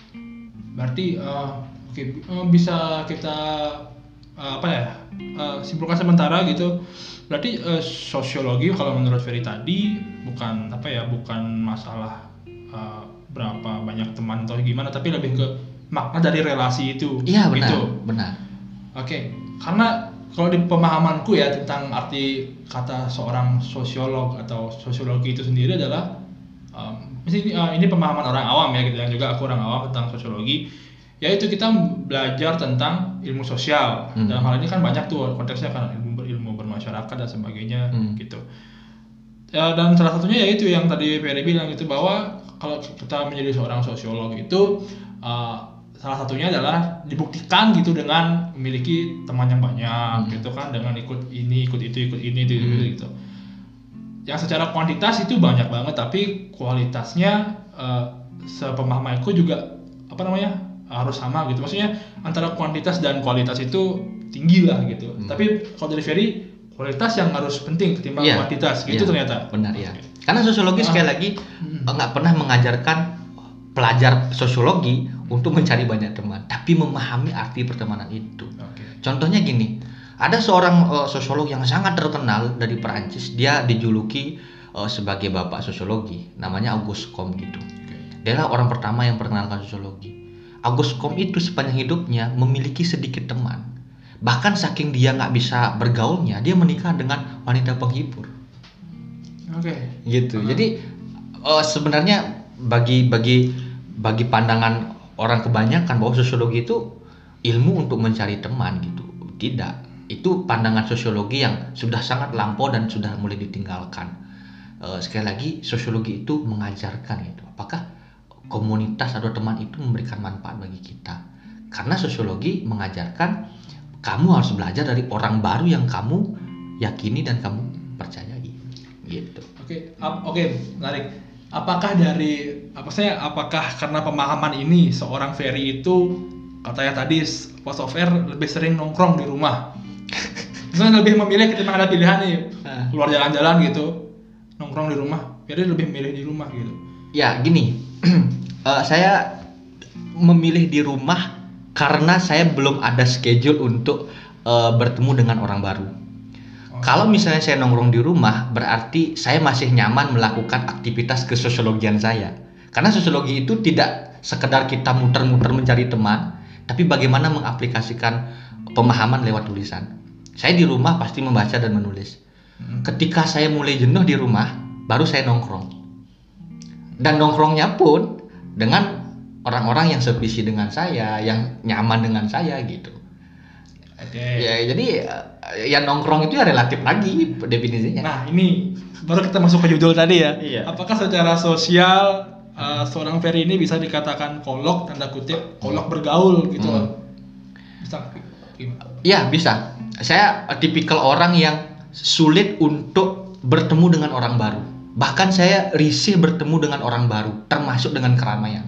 Berarti eh, oke eh, bisa kita eh, apa ya eh, simpulkan sementara gitu. Berarti eh, sosiologi kalau menurut Ferry tadi bukan apa ya bukan masalah eh, berapa banyak teman atau gimana, tapi lebih ke makna dari relasi itu. Iya benar, Gitu. benar. Oke. Karena kalau di pemahamanku ya tentang arti kata seorang sosiolog atau sosiologi itu sendiri adalah um, ini, uh, ini pemahaman orang awam ya gitu, yang juga aku orang awam tentang sosiologi, yaitu kita belajar tentang ilmu sosial. Hmm. Dalam hal ini kan banyak tuh konteksnya kan ilmu ilmu bermasyarakat dan sebagainya Hmm. gitu. Ya, dan salah satunya yaitu yang tadi Ferry bilang itu, bahwa kalau kita menjadi seorang sosiolog itu uh, salah satunya adalah dibuktikan gitu dengan memiliki teman yang banyak hmm. gitu kan, dengan ikut ini ikut itu ikut ini gitu, hmm. gitu. Yang secara kuantitas itu banyak banget, tapi kualitasnya uh, sepemahamanku juga apa namanya harus sama gitu. Maksudnya antara kuantitas dan kualitas itu tinggi lah gitu. Hmm. Tapi kalau dari Ferry, kualitas yang harus penting ketimbang yeah. kuantitas gitu yeah. ternyata. Benar ya. Okay. Karena sosiologi ah. sekali lagi nggak hmm. pernah mengajarkan pelajar sosiologi untuk mencari banyak teman, tapi memahami arti pertemanan itu. Okay. Contohnya gini, ada seorang uh, sosiolog yang sangat terkenal dari Perancis, dia dijuluki uh, sebagai bapak sosiologi, namanya Auguste Comte gitu. Okay. Dia adalah orang pertama yang perkenalkan sosiologi. Auguste Comte itu sepanjang hidupnya memiliki sedikit teman. Bahkan saking dia nggak bisa bergaulnya, dia menikah dengan wanita penghibur. Oke. Okay. Gitu. Uh-huh. Jadi uh, sebenarnya bagi bagi bagi pandangan orang kebanyakan bahwa sosiologi itu ilmu untuk mencari teman gitu. Tidak. Itu pandangan sosiologi yang sudah sangat lampau dan sudah mulai ditinggalkan. Uh, sekali lagi sosiologi itu mengajarkan gitu. Apakah komunitas atau teman itu memberikan manfaat bagi kita? Karena sosiologi mengajarkan kamu harus belajar dari orang baru yang kamu yakini dan kamu percayai, gitu. Oke, okay. oke, okay. menarik. Apakah dari apa saya? Apakah karena pemahaman ini seorang Ferry itu katanya tadi post of air lebih sering nongkrong di rumah? Misalnya lebih memilih ketika ada pilihan nih keluar jalan-jalan gitu, nongkrong di rumah. Ferry lebih memilih di rumah gitu. Ya gini, uh, saya memilih di rumah karena saya belum ada schedule untuk uh, bertemu dengan orang baru. Oh. Kalau misalnya saya nongkrong di rumah, berarti saya masih nyaman melakukan aktivitas kesosiologian saya. Karena sosiologi itu tidak sekedar kita muter-muter mencari teman, tapi bagaimana mengaplikasikan pemahaman lewat tulisan. Saya di rumah pasti membaca dan menulis. Hmm. Ketika saya mulai jenuh di rumah, baru saya nongkrong. Dan nongkrongnya pun dengan orang-orang yang sevisi dengan saya, yang nyaman dengan saya gitu. Okay. Ya, jadi ya nongkrong itu ya relatif lagi definisinya. Nah ini baru kita masuk ke judul tadi ya. Iya. Apakah secara sosial uh, seorang Ferry ini bisa dikatakan kolok, tanda kutip kolok bergaul gitu? Hmm. Bisa? Iya bisa. Saya tipikal orang yang sulit untuk bertemu dengan orang baru. Bahkan saya risih bertemu dengan orang baru, termasuk dengan keramaian.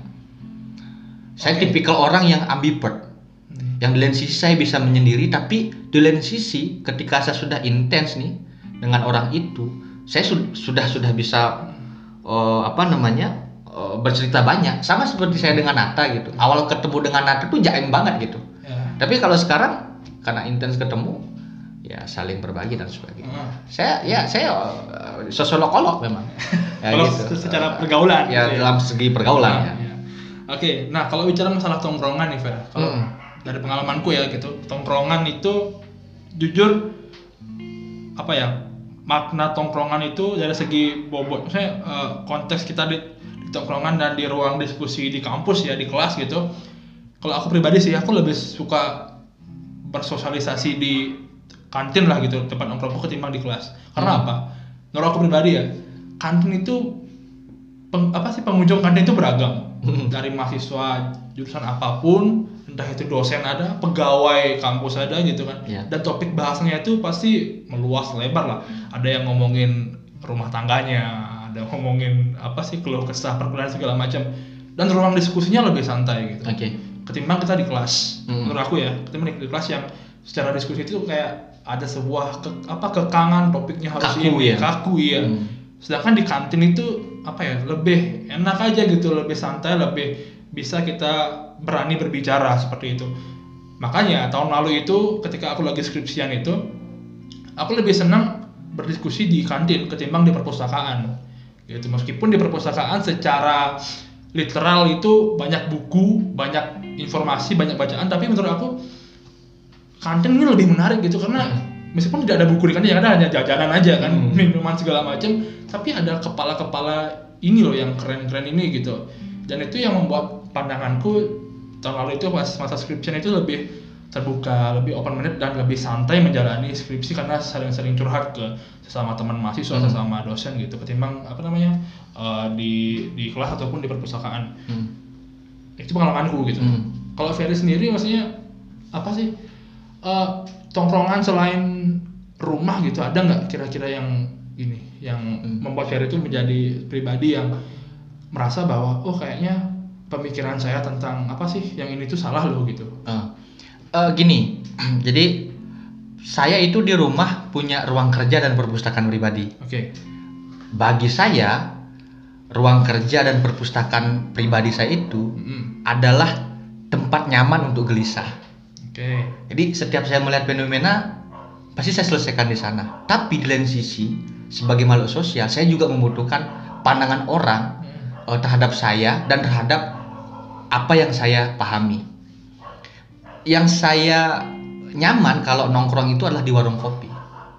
Saya okay. tipikal orang yang ambivert, hmm. yang di lain sisi saya bisa menyendiri, tapi di lain sisi ketika saya sudah intens nih dengan orang itu, saya su- sudah sudah bisa uh, apa namanya uh, bercerita banyak, sama seperti saya dengan Nata gitu. Awal ketemu dengan Nata tuh jaim banget gitu, yeah. tapi kalau sekarang karena intens ketemu, ya saling berbagi dan sebagainya. Hmm. Saya ya saya uh, sosiolog memang. Ya, kalau gitu. Secara pergaulan, ya gitu dalam ya. Segi pergaulan nah, ya. ya. Oke, okay, nah kalau bicara masalah tongkrongan nih Fer, kalau hmm. dari pengalamanku ya gitu, tongkrongan itu jujur apa ya, makna tongkrongan itu dari segi bobot, misalnya uh, konteks kita di, di tongkrongan dan di ruang diskusi di kampus ya, di kelas gitu. Kalau aku pribadi sih, aku lebih suka bersosialisasi di kantin lah gitu, tempat nongkrongku ketimbang di kelas. Karena hmm. apa? Menurut aku pribadi ya, kantin itu peng, apa sih pengunjung kantin itu beragam. Dari mahasiswa jurusan apapun, entah itu dosen ada, pegawai kampus ada gitu kan. Yeah. Dan topik bahasanya itu pasti meluas lebar lah. Ada yang ngomongin rumah tangganya, ada yang ngomongin apa sih keluh kesah perkuliahan segala macam. Dan ruang diskusinya lebih santai gitu. Okay. Ketimbang kita di kelas. Mm. Menurut aku ya, ketimbang di kelas yang secara diskusi itu kayak ada sebuah ke, apa kekangan, topiknya harus kaku, ini, ya? kaku ya. Hmm. Sedangkan di kantin itu apa ya, lebih enak aja gitu, lebih santai, lebih bisa kita berani berbicara seperti itu. Makanya tahun lalu itu ketika aku lagi skripsian itu, aku lebih senang berdiskusi di kantin ketimbang di perpustakaan. Gitu. Meskipun di perpustakaan secara literal itu banyak buku, banyak informasi, banyak bacaan, tapi menurut aku kantin ini lebih menarik gitu karena hmm. meskipun tidak ada buku di kantin, yang ada hanya jajanan aja kan, hmm. minuman segala macam, tapi ada kepala-kepala ini loh yang keren-keren ini gitu. Dan itu yang membuat pandanganku tahun lalu itu pas masa skripsian itu lebih terbuka, lebih open minded dan lebih santai menjalani skripsi karena sering-sering curhat ke sesama teman mahasiswa, hmm. sesama dosen gitu, ketimbang apa namanya uh, di di kelas ataupun di perpustakaan. Hmm. Itu pengalamanku gitu. Hmm. Kalau Ferry sendiri maksudnya apa sih eh, tongkrongan selain rumah gitu, ada nggak kira-kira yang ini yang hmm. membuat Ferry itu menjadi pribadi yang merasa bahwa oh kayaknya pemikiran saya tentang apa sih yang ini tuh salah loh gitu. Uh, uh, gini, jadi saya itu di rumah punya ruang kerja dan perpustakaan pribadi. Oke. Okay. Bagi saya ruang kerja dan perpustakaan pribadi saya itu mm-hmm. adalah tempat nyaman untuk gelisah. Oke. Okay. Jadi setiap saya melihat fenomena pasti saya selesaikan di sana. Tapi di lain sisi sebagai makhluk sosial saya juga membutuhkan pandangan orang mm. uh, terhadap saya dan terhadap apa yang saya pahami. Yang saya nyaman kalau nongkrong itu adalah di warung kopi.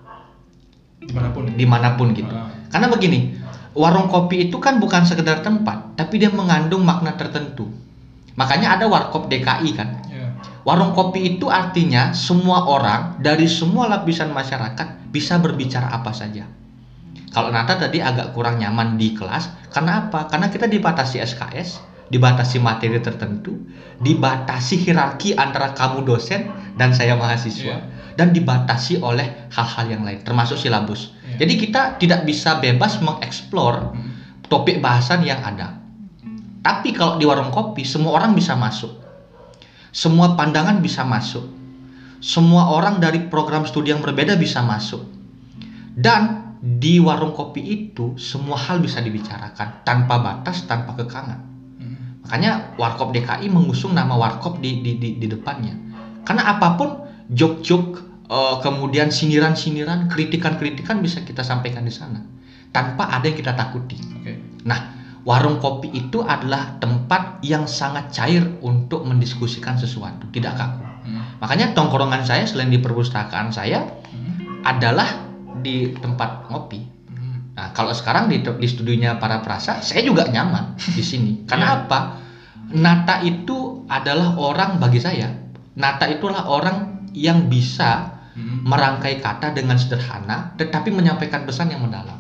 Dimanapun. Dimanapun gitu. Ah. Karena begini, warung kopi itu kan bukan sekedar tempat, tapi dia mengandung makna tertentu. Makanya ada warkop D K I kan. Yeah. Warung kopi itu artinya semua orang dari semua lapisan masyarakat bisa berbicara apa saja. Kalau Nata tadi agak kurang nyaman di kelas, karena apa? Karena kita dibatasi S K S, dibatasi materi tertentu, dibatasi hierarki antara kamu dosen dan saya mahasiswa, yeah. dan dibatasi oleh hal-hal yang lain, termasuk silabus. Yeah. Jadi kita tidak bisa bebas mengeksplor hmm. topik bahasan yang ada. Tapi kalau di warung kopi, semua orang bisa masuk, semua pandangan bisa masuk, semua orang dari program studi yang berbeda bisa masuk, dan di warung kopi itu semua hal bisa dibicarakan tanpa batas, tanpa kekangan. Makanya Warkop D K I mengusung nama Warkop di di di, di depannya. Karena apapun jok-jok, uh, kemudian sindiran-sindiran, kritikan-kritikan bisa kita sampaikan di sana tanpa ada yang kita takuti. Okay. Nah, warung kopi itu adalah tempat yang sangat cair untuk mendiskusikan sesuatu, tidak kaku. Hmm. Makanya tongkrongan saya selain di perpustakaan saya hmm. adalah di tempat ngopi. Nah, kalau sekarang di, di studionya Para Prasa, saya juga nyaman di sini. Karena yeah. apa? Nata itu adalah orang, bagi saya, Nata itulah orang yang bisa hmm. merangkai kata dengan sederhana, tetapi menyampaikan pesan yang mendalam.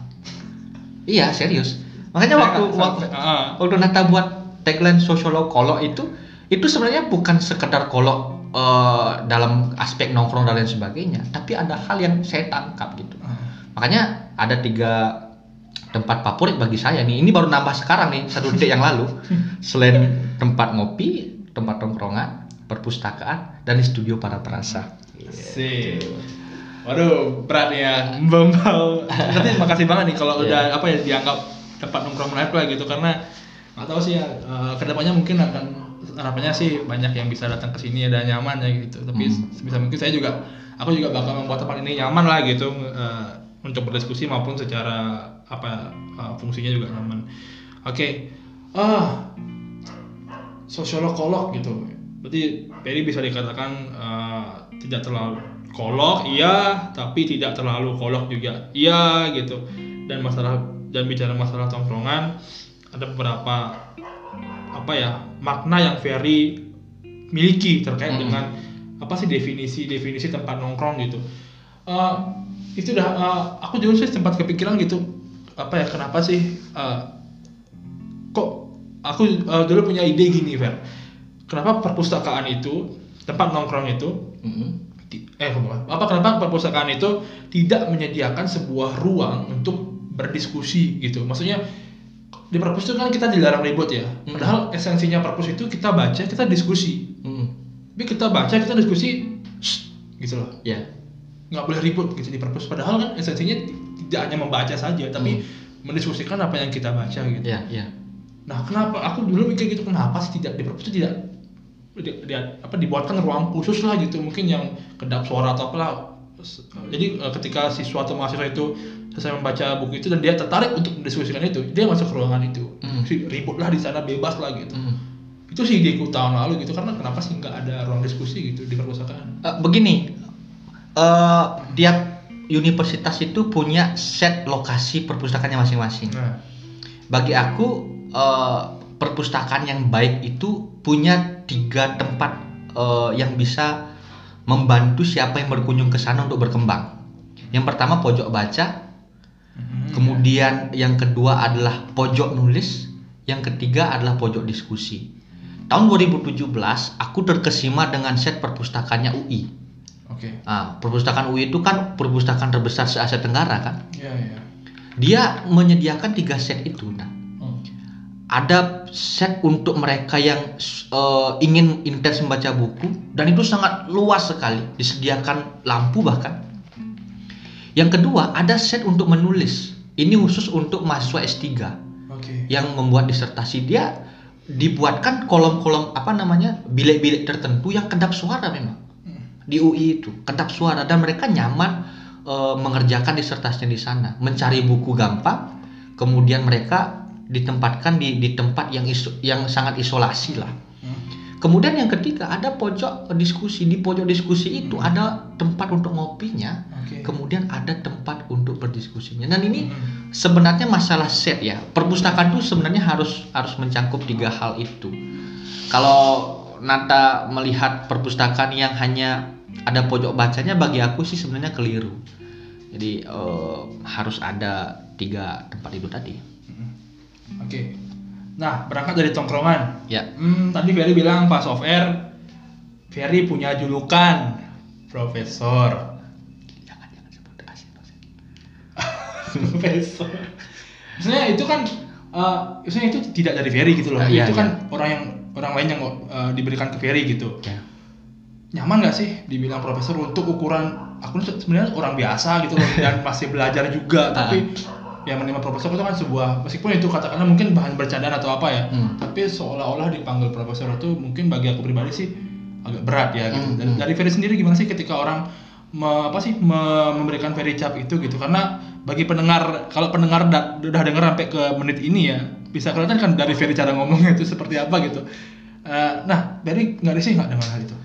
Iya, serius. Makanya waktu waktu, uh. waktu Nata buat tagline sosiolog kolok itu, itu sebenarnya bukan sekedar kolok uh, dalam aspek nongkrong dan lain sebagainya, tapi ada hal yang saya tangkap gitu. Uh. Makanya ada tiga tempat favorit bagi saya nih. Ini baru nambah sekarang nih, satu detik yang lalu. Selain tempat ngopi, tempat tongkrongan, perpustakaan, dan di studio Para Prasa. Sip. Waduh, berat ya. Membau. Tapi makasih banget nih kalau yeah. udah apa ya dianggap tempat nongkrong menarik lah gitu, karena nggak tahu sih ya, uh, kedepannya mungkin akan harapannya sih banyak yang bisa datang ke sini dan nyaman ya gitu. Tapi hmm. sebisa mungkin saya juga, aku juga bakal membuat tempat ini nyaman lah gitu. Uh, untuk berdiskusi maupun secara apa uh, fungsinya juga nyaman. Oke, okay. ah sosiolog kolok gitu. Berarti Ferry bisa dikatakan uh, tidak terlalu kolok, iya, tapi tidak terlalu kolok juga, iya gitu. Dan masalah dan bicara masalah tongkrongan, ada beberapa apa ya makna yang Ferry miliki terkait hmm. dengan apa sih definisi-definisi tempat nongkrong gitu. Uh, itu udah uh, aku juga sih sempat kepikiran gitu, apa ya kenapa sih uh, kok aku uh, dulu punya ide gini, Fer, kenapa perpustakaan itu tempat nongkrong itu mm-hmm. di, eh apa kenapa perpustakaan itu tidak menyediakan sebuah ruang untuk berdiskusi gitu. Maksudnya di perpus itu kan kita dilarang ribut ya, mm-hmm. padahal esensinya perpus itu kita baca, kita diskusi, mm-hmm. tapi kita baca, kita diskusi shh, gitu loh. Yeah. Nggak boleh ribut gitu di perpus, padahal kan esensinya tidak hanya membaca saja tapi hmm. mendiskusikan apa yang kita baca gitu. Yeah, yeah. Nah, kenapa aku dulu mikir gitu, kenapa sih tidak di perpus itu tidak di, di, apa dibuatkan ruang khusus lah gitu, mungkin yang kedap suara atau apalah. Jadi ketika siswa atau mahasiswa itu selesai membaca buku itu dan dia tertarik untuk mendiskusikan itu, dia masuk ke ruangan itu. Hmm. Ribut lah di sana, bebas lah gitu. Hmm. Itu sih ideku tahun lalu gitu, karena kenapa sih nggak ada ruang diskusi gitu di perpustakaan? Uh, begini. Uh, tiap universitas itu punya set lokasi perpustakaannya masing-masing. Nah. Bagi aku uh, perpustakaan yang baik itu punya tiga tempat uh, yang bisa membantu siapa yang berkunjung ke sana untuk berkembang. Yang pertama pojok baca, hmm, kemudian ya. Yang kedua adalah pojok nulis, yang ketiga adalah pojok diskusi. tahun dua ribu tujuh belas aku terkesima dengan set perpustakaannya U I. Oke. Nah, perpustakaan U I itu kan perpustakaan terbesar se-Asia Tenggara kan. Iya, iya. Dia menyediakan tiga set itu. Nah, Hmm. ada set untuk mereka yang uh, ingin intens membaca buku dan itu sangat luas sekali, disediakan lampu bahkan. Yang kedua, ada set untuk menulis. Ini khusus untuk mahasiswa S tiga Oke. yang membuat disertasi. Dia dibuatkan kolom-kolom apa namanya bilik-bilik tertentu yang kedap suara memang di U I itu kedap suara dan mereka nyaman e, mengerjakan disertasinya di sana, mencari buku gampang, kemudian mereka ditempatkan di di tempat yang iso, yang sangat isolasi lah. Kemudian yang ketiga ada pojok diskusi. Di pojok diskusi itu ada tempat untuk ngopinya, Oke. kemudian ada tempat untuk berdiskusinya. Dan ini sebenarnya masalah set ya. Perpustakaan itu sebenarnya harus harus mencakup tiga hal itu. Kalau Nata melihat perpustakaan yang hanya ada pojok bacanya, bagi aku sih sebenarnya keliru. Jadi eh, harus ada tiga tempat itu tadi. Oke. Nah, berangkat dari tongkrongan. Ya. Hmm, tadi Ferry bilang pas off air, Ferry punya julukan profesor. Jangan jangan sebut asing. Profesor. Maksudnya itu kan, uh, maksudnya itu tidak dari Ferry gitu loh. Ah, itu iya, kan iya. orang yang orang lain yang uh, diberikan ke Ferry gitu. Ya. Nyaman nggak sih dibilang profesor untuk ukuran aku sebenarnya orang biasa gitu loh dan masih belajar juga, tapi yang menerima profesor itu kan sebuah, meskipun itu katakanlah mungkin bahan bercandaan atau apa ya, hmm. tapi seolah-olah dipanggil profesor itu mungkin bagi aku pribadi sih agak berat ya gitu. Hmm. Dari, dari Ferry sendiri gimana sih ketika orang me, apa sih me, memberikan Ferry cap itu gitu? Karena bagi pendengar, kalau pendengar da, udah dengar sampai ke menit ini ya, bisa kelihatan kan dari Ferry cara ngomongnya itu seperti apa gitu. Uh, nah, Ferry nggak risih nggak dengan hal itu?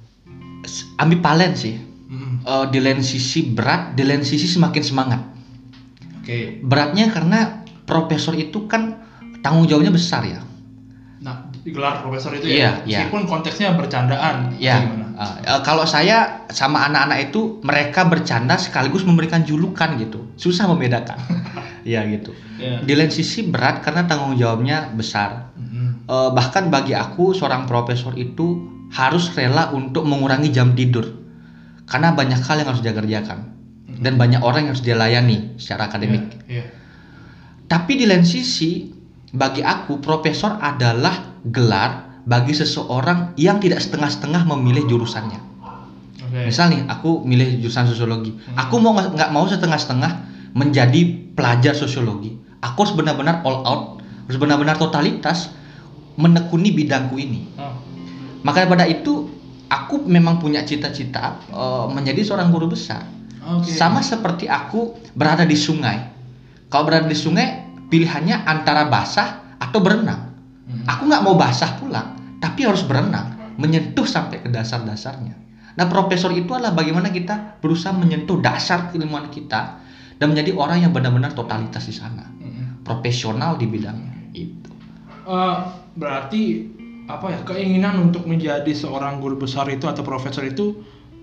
Ambivalen sih. Hmm. Uh, di lain sisi berat, di lain sisi semakin semangat. Oke. Okay. Beratnya karena profesor itu kan tanggung jawabnya besar ya. Nah, gelar profesor itu iya, ya, meskipun iya. konteksnya bercandaan. Ya. Uh, uh, kalau saya sama anak-anak itu mereka bercanda sekaligus memberikan julukan gitu, susah membedakan. Ya gitu. Yeah. Di lain sisi berat karena tanggung jawabnya besar. Mm-hmm. Uh, bahkan bagi aku seorang profesor itu harus rela untuk mengurangi jam tidur karena banyak hal yang harus dia kerjakan. Dan banyak orang yang harus dia layani secara akademik. Yeah, yeah. Tapi di lain sisi, bagi aku profesor adalah gelar bagi seseorang yang tidak setengah-setengah memilih jurusannya. Okay. Misal nih, aku milih jurusan sosiologi. Hmm. Aku mau nggak mau setengah-setengah menjadi pelajar sosiologi. Aku harus benar-benar all out, harus benar-benar totalitas menekuni bidangku ini. Oh. Maka pada itu, aku memang punya cita-cita uh, menjadi seorang guru besar. Okay. Sama seperti aku berada di sungai. Kalau berada di sungai, pilihannya antara basah atau berenang. Hmm. Aku nggak mau basah pulang, tapi harus berenang, menyentuh sampai ke dasar-dasarnya. Nah, profesor itu adalah bagaimana kita berusaha menyentuh dasar keilmuan kita dan menjadi orang yang benar-benar totalitas di sana, hmm. profesional di bidangnya. Itu. Uh, berarti apa ya? Keinginan untuk menjadi seorang guru besar itu atau profesor itu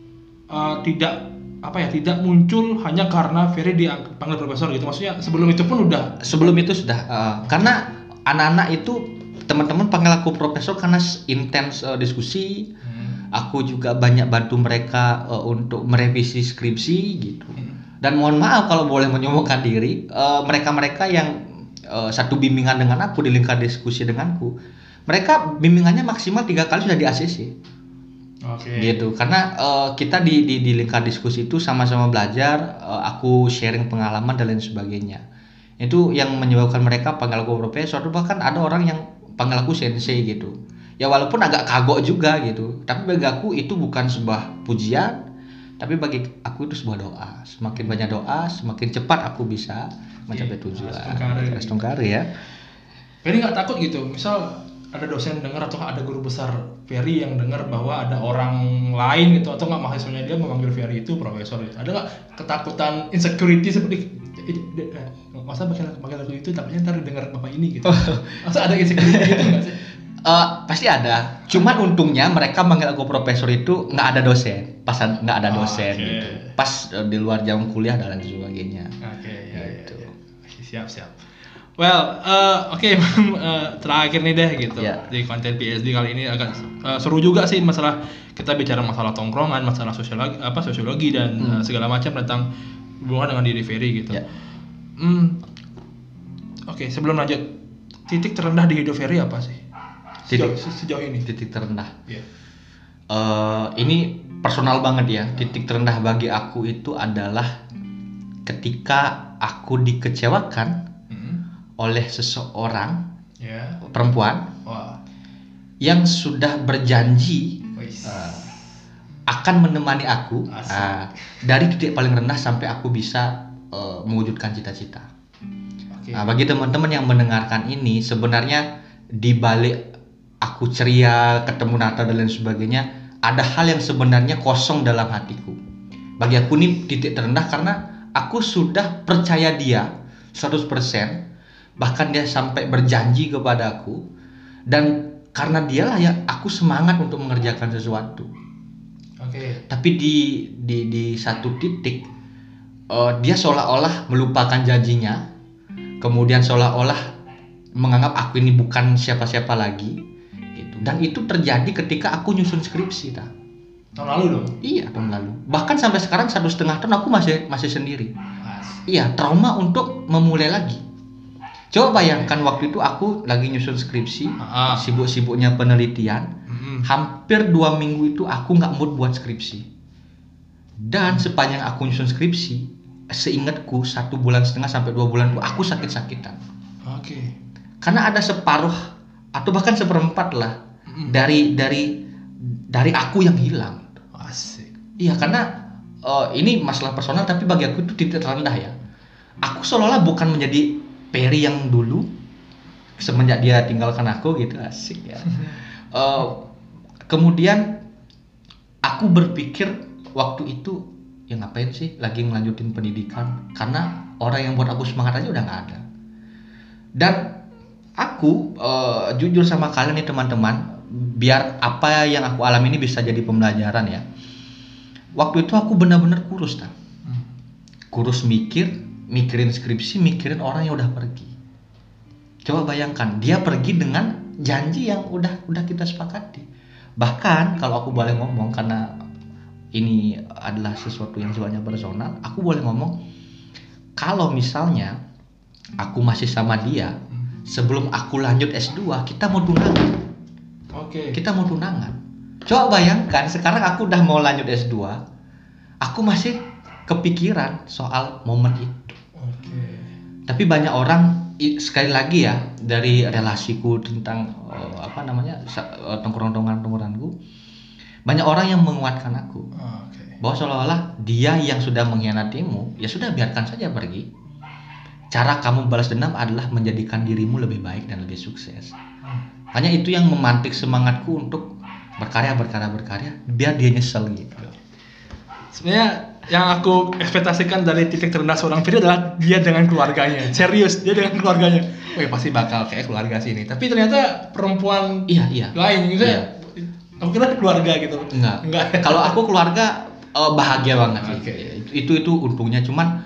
uh, tidak apa ya tidak muncul hanya karena Ferry dipanggil profesor gitu, maksudnya sebelum itu pun udah sebelum itu sudah uh, karena anak-anak itu teman-teman panggil aku profesor karena intens uh, diskusi. hmm. Aku juga banyak bantu mereka uh, untuk merevisi skripsi gitu. hmm. Dan mohon maaf kalau boleh menyombongkan diri, uh, mereka-mereka yang uh, satu bimbingan dengan aku di lingkar diskusi denganku, mereka bimbingannya maksimal tiga kali sudah di A C C. Okay. Gitu karena uh, kita di, di di lingkar diskusi itu sama-sama belajar, uh, aku sharing pengalaman dan lain sebagainya. Itu yang menyebabkan mereka panggil aku profesor. Bahkan ada orang yang panggil aku sensei gitu. Ya walaupun agak kagok juga gitu, tapi bagi aku itu bukan sebuah pujian, tapi bagi aku itu sebuah doa. Semakin banyak doa, semakin cepat aku bisa mencapai tujuan. Astungkari ya. Ferry nggak takut gitu, misal ada dosen dengar atau ada guru besar Ferry yang dengar bahwa ada orang lain gitu atau nggak mahasiswanya dia memanggil Ferry itu profesor gitu. Ada nggak ketakutan insecurity seperti masa bakal bakal lagu itu tapi ntar dengar bapak ini gitu. Masa ada insecurity gitu nggak sih? Uh, pasti ada. Cuman untungnya mereka manggil aku profesor itu nggak ada dosen, pas nggak ada dosen oh, okay. gitu. Pas uh, di luar jam kuliah dan lain sebagainya. Oke, okay, ya, gitu. Ya, ya. Siap siap. Well, eh, oke, eh, terakhir nih deh gitu. Ya. Di konten P S D kali ini agak eh, seru juga sih masalah kita bicara masalah tongkrongan, masalah sosiologi, apa sosiologi dan Hmm. eh, segala macam tentang hubungan dengan diri Ferry gitu. Ya. Hmm, Oke, sebelum lanjut, titik terendah di hidup Ferry apa sih? Sejauh, Titik- sejauh ini. Titik terendah. Iya. Eh, ini personal banget ya. Titik terendah bagi aku itu adalah ketika aku dikecewakan Hmm. oleh seseorang Ya. perempuan Wah. yang sudah berjanji Wis. eh, akan menemani aku Asik. eh, dari titik paling rendah sampai aku bisa eh, mewujudkan cita-cita. Oke. Nah, bagi teman-teman yang mendengarkan ini, sebenarnya di balik aku ceria, ketemu Natal dan lain sebagainya, ada hal yang sebenarnya kosong dalam hatiku. Bagi aku ini titik terendah karena aku sudah percaya dia seratus persen, bahkan dia sampai berjanji kepada aku, dan karena dialah yang aku semangat untuk mengerjakan sesuatu. Oke. Tapi di di di satu titik eh, dia seolah-olah melupakan janjinya, kemudian seolah-olah menganggap aku ini bukan siapa-siapa lagi gitu. Dan itu terjadi ketika aku nyusun skripsi ta. Tahun lalu dong. Iya, tahun lalu. Bahkan sampai sekarang satu setengah tahun aku masih masih sendiri. Asik. Iya, trauma untuk memulai lagi. Coba bayangkan waktu itu aku lagi nyusun skripsi, Ah. sibuk-sibuknya penelitian. Mm-mm. Hampir dua minggu itu aku nggak mood buat skripsi. Dan sepanjang aku nyusun skripsi, seingatku satu bulan setengah sampai dua bulan itu aku sakit-sakitan. Oke. Karena ada separuh atau bahkan seperempat lah Mm-mm. dari dari dari aku yang hilang. Asik. Iya, karena eh, ini masalah personal, tapi bagi aku itu titik terendah ya. Aku seolah-olah bukan menjadi Perry yang dulu semenjak dia tinggalkan aku gitu, asik ya. Eh, kemudian aku berpikir waktu itu ya ngapain sih lagi ngelanjutin pendidikan, karena orang yang buat aku semangat aja udah nggak ada. Dan aku eh, jujur sama kalian nih teman-teman, biar apa yang aku alami ini bisa jadi pembelajaran ya. Waktu itu aku benar-benar kurus kan, Hmm. kurus mikir, mikirin skripsi, mikirin orang yang udah pergi. Coba bayangkan, dia pergi dengan janji yang udah udah kita sepakati. Bahkan kalau aku boleh ngomong, karena ini adalah sesuatu yang sifatnya personal, aku boleh ngomong kalau misalnya aku masih sama dia, sebelum aku lanjut S dua, kita mau tunangan. Oke. Kita mau tunangan. Coba bayangkan, sekarang aku udah mau lanjut S dua, aku masih kepikiran soal momen itu. Oke. Tapi banyak orang, i- sekali lagi ya, dari relasiku tentang eh, apa namanya sa- eh, tongkrong-tongkrongan-tongkronganku, banyak orang yang menguatkan aku Oke. bahwa seolah-olah dia yang sudah mengkhianatimu, ya sudah biarkan saja pergi. Cara kamu balas dendam adalah menjadikan dirimu lebih baik dan lebih sukses. Hmm. Hanya itu yang memantik semangatku untuk berkarya, berkarya, berkarya, biar dia nyesel gitu. Sebenarnya yang aku ekspektasikan dari titik terendah seorang Ferry adalah dia dengan keluarganya. Serius, dia dengan keluarganya. Wih, pasti bakal kayak keluarga sini. Tapi ternyata perempuan Iya, iya. lain gitu ya. Aku kira keluarga gitu. Enggak. Enggak. Kalau aku keluarga eh, bahagia banget sih. Oke. Itu itu untungnya, cuman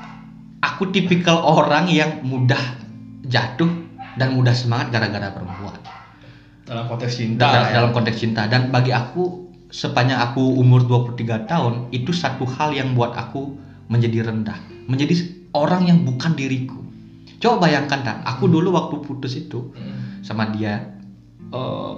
aku tipikal orang yang mudah jatuh dan mudah semangat gara-gara perempuan. Dalam konteks cinta. Dalam, ya. dalam konteks cinta, dan bagi aku sepanjang aku umur dua puluh tiga tahun, itu satu hal yang buat aku menjadi rendah, menjadi orang yang bukan diriku. Coba bayangkan kan, aku dulu waktu putus itu Hmm. sama dia eh,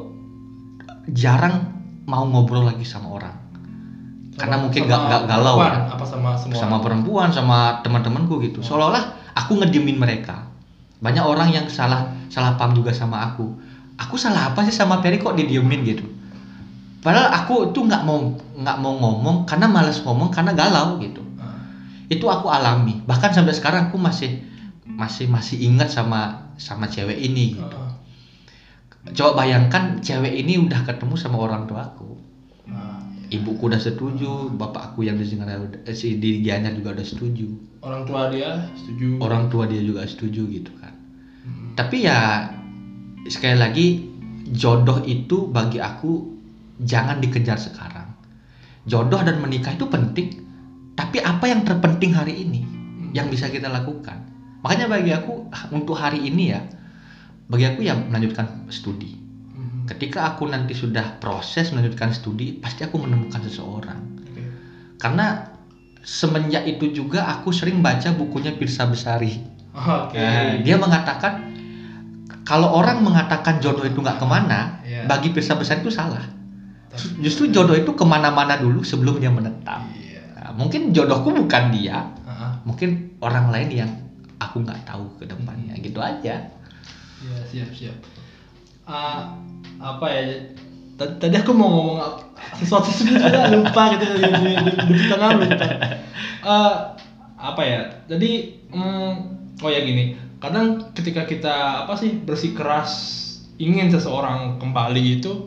jarang mau ngobrol lagi sama orang. Karena mungkin Sama gak, gak galau perempuan, ya. apa sama semua Sama perempuan, sama teman-temanku gitu. Seolah-olah aku ngediemin mereka. Banyak orang yang salah salah paham juga sama aku. Aku salah apa sih sama Perry kok didiemin gitu? Padahal aku tuh nggak mau nggak mau ngomong karena malas ngomong, karena galau gitu. Ah. Itu aku alami. Bahkan sampai sekarang aku masih masih masih ingat sama sama cewek ini gitu. Ah. Coba bayangkan, cewek ini udah ketemu sama orang tuaku. Ah. Ibuku udah setuju, bapakku yang di Singaraja, eh, si di Gianyar juga udah setuju. Orang tua dia setuju. Orang tua dia juga setuju gitu kan. Hmm. Tapi ya sekali lagi, jodoh itu bagi aku jangan dikejar sekarang. Jodoh dan menikah itu penting, tapi apa yang terpenting hari ini yang bisa kita lakukan? Makanya bagi aku untuk hari ini ya, bagi aku ya melanjutkan studi. Hmm. Ketika aku nanti sudah proses melanjutkan studi, pasti aku menemukan seseorang. Oke. Karena semenjak itu juga aku sering baca bukunya Pirsa Besari. Oke. Nah, dia mengatakan kalau orang mengatakan jodoh itu nggak kemana, Iya. bagi Pirsa Besari itu salah. Justru jodoh itu kemana-mana dulu sebelum dia menetap. Iya. Nah, mungkin jodohku bukan dia, Ah, mungkin orang lain yang aku nggak tahu ke depannya, gitu aja. ya siap siap. Ah, apa ya? T- Tadi aku mau ngomong ap- sesuatu sebenarnya lupa gitu di di, di, di tengah lupa. Ah, apa ya? Jadi, mm, oh ya gini. Kadang ketika kita apa sih bersikeras ingin seseorang kembali itu,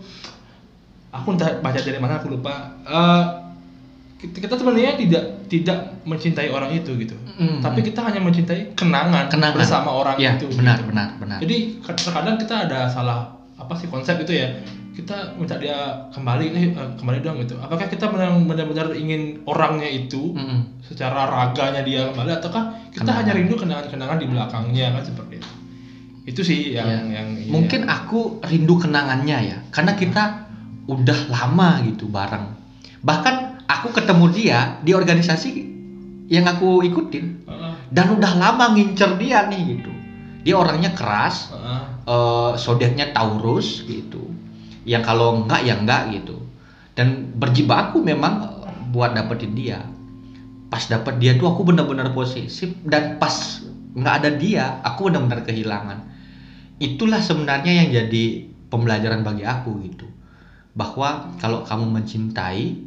aku entah baca dari mana aku lupa. Eh, kita kita sebenarnya tidak tidak mencintai orang itu gitu, Mm. tapi kita hanya mencintai kenangan, Kenangan bersama orang ya, itu. benar gitu. benar benar. Jadi terkadang kita ada salah apa sih konsep itu ya, kita minta dia kembali, eh, eh, kembali dong gitu. Apakah kita benar- benar-benar ingin orangnya itu Mm-mm. secara raganya dia kembali, ataukah kita Kenangan. hanya rindu kenangan-kenangan di belakangnya kan seperti itu. Itu sih yang Ya. yang ini Mungkin ya. aku rindu kenangannya ya, karena kita udah lama gitu bareng. Bahkan aku ketemu dia di organisasi yang aku ikutin Heeh, dan udah lama ngincer dia nih gitu. Dia orangnya keras, heeh. eh zodiaknya Taurus gitu. Yang kalau enggak ya enggak gitu. Dan berjibaku memang eh, buat dapetin dia. Pas dapet dia tuh aku benar-benar posesif, dan pas nggak ada dia aku benar-benar kehilangan. Itulah sebenarnya yang jadi pembelajaran bagi aku gitu. Bahwa kalau kamu mencintai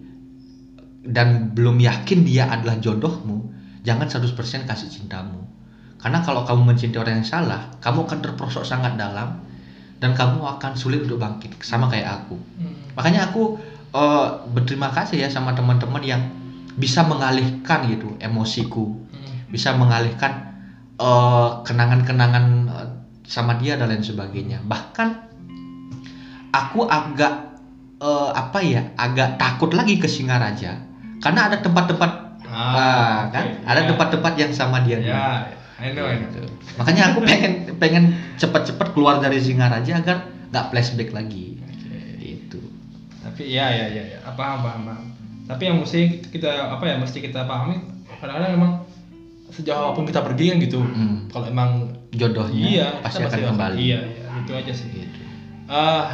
dan belum yakin dia adalah jodohmu, jangan seratus persen kasih cintamu. Karena kalau kamu mencintai orang yang salah, kamu akan terperosok sangat dalam dan kamu akan sulit untuk bangkit, sama kayak aku. Hmm. Makanya aku eh, berterima kasih ya sama teman-teman yang bisa mengalihkan gitu emosiku, Hmm. bisa mengalihkan eh, kenangan-kenangan eh, sama dia dan lain sebagainya. Bahkan aku agak eh, apa ya, agak takut lagi ke Singaraja karena ada tempat-tempat Ah, ah, oke. kan, ada Ya. tempat-tempat yang sama dia. Ya, I know, I know. Gitu. Makanya aku pengen pengen cepat-cepat keluar dari Singaraja agar nggak flashback lagi. Oke. Itu. Tapi ya ya ya ya, paham paham paham. Tapi yang mesti kita apa ya, mesti kita pahami, kadang-kadang memang sejauh apapun kita pergi kan gitu. Hmm. Kalau emang Jodohnya iya, pasti kita akan pasti kembali. Iya, iya, itu aja sih. Gitu. Ah,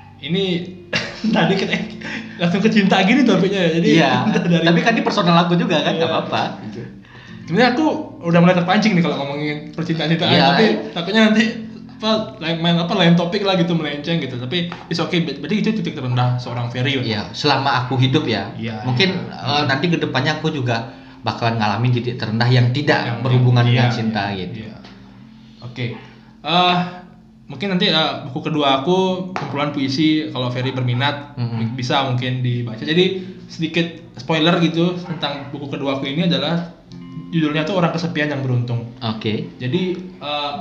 ini tadi kita langsung ke cinta gini topiknya ya. Jadi Iya. dari Tapi kan ini personal aku juga kan, nggak Iya. apa-apa. sebenarnya aku udah mulai terpancing nih kalau ngomongin percintaan-cintaan, Iya. tapi takutnya nanti apa lain main apa lain topik lah gitu, melenceng gitu. Tapi it's okay, berarti itu titik terendah seorang Ferry. Iya, selama aku hidup ya. Iya, Mungkin iya. eh, nanti kedepannya aku juga bakalan ngalamin titik terendah yang tidak Yang- berhubungan iya, dengan iya, cinta gitu. iya. Oke. Eh, mungkin nanti eh, buku kedua aku kumpulan puisi, kalau Ferry berminat Mhm. bisa mungkin dibaca. Jadi sedikit spoiler gitu tentang buku kedua aku ini adalah judulnya tuh Orang Kesepian Yang Beruntung. Oke. Jadi eh,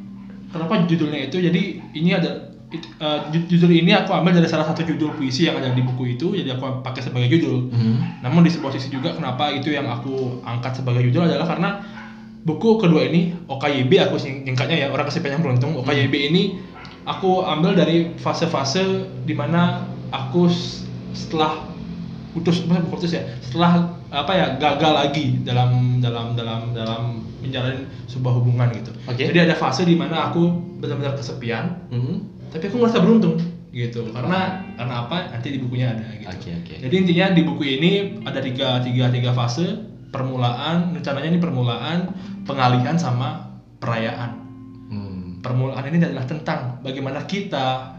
kenapa judulnya itu? Jadi ini ada it- eh, ju- judul ini aku ambil dari salah satu judul puisi yang ada di buku itu, jadi aku pakai sebagai judul. Mhm. Namun di sebuah sisi juga kenapa itu yang aku angkat sebagai judul adalah karena buku kedua ini O K Y B, aku sing- singkatnya ya, Orang Kesepian Yang Beruntung. O K Y B ini aku ambil dari fase-fase dimana aku s- setelah putus, bukan putus ya, setelah apa ya, gagal lagi dalam dalam dalam dalam menjalani sebuah hubungan gitu. Oke. Jadi ada fase dimana aku benar-benar kesepian, Mhm. tapi aku merasa beruntung gitu. Karena karena apa? Nanti di bukunya ada gitu. Oke, oke. Jadi intinya di buku ini ada tiga tiga tiga fase: permulaan, rencananya ini permulaan, pengalihan, sama perayaan. Hmm. Permulaan ini adalah tentang bagaimana kita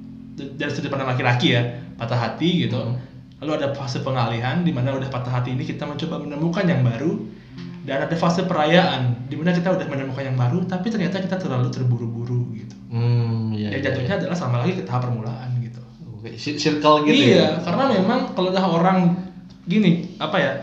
d- dari sudut pandang laki-laki ya, patah hati gitu. Hmm. Lalu ada fase pengalihan di mana udah patah hati ini kita mencoba menemukan yang baru, dan ada fase perayaan di mana kita udah menemukan yang baru tapi ternyata kita terlalu terburu-buru gitu. Hmm, iya, Ya iya, jatuhnya iya. adalah sama lagi ke tahap permulaan gitu. Oke, cir- circle gitu Iya, ya. karena memang kalau udah orang gini, apa ya,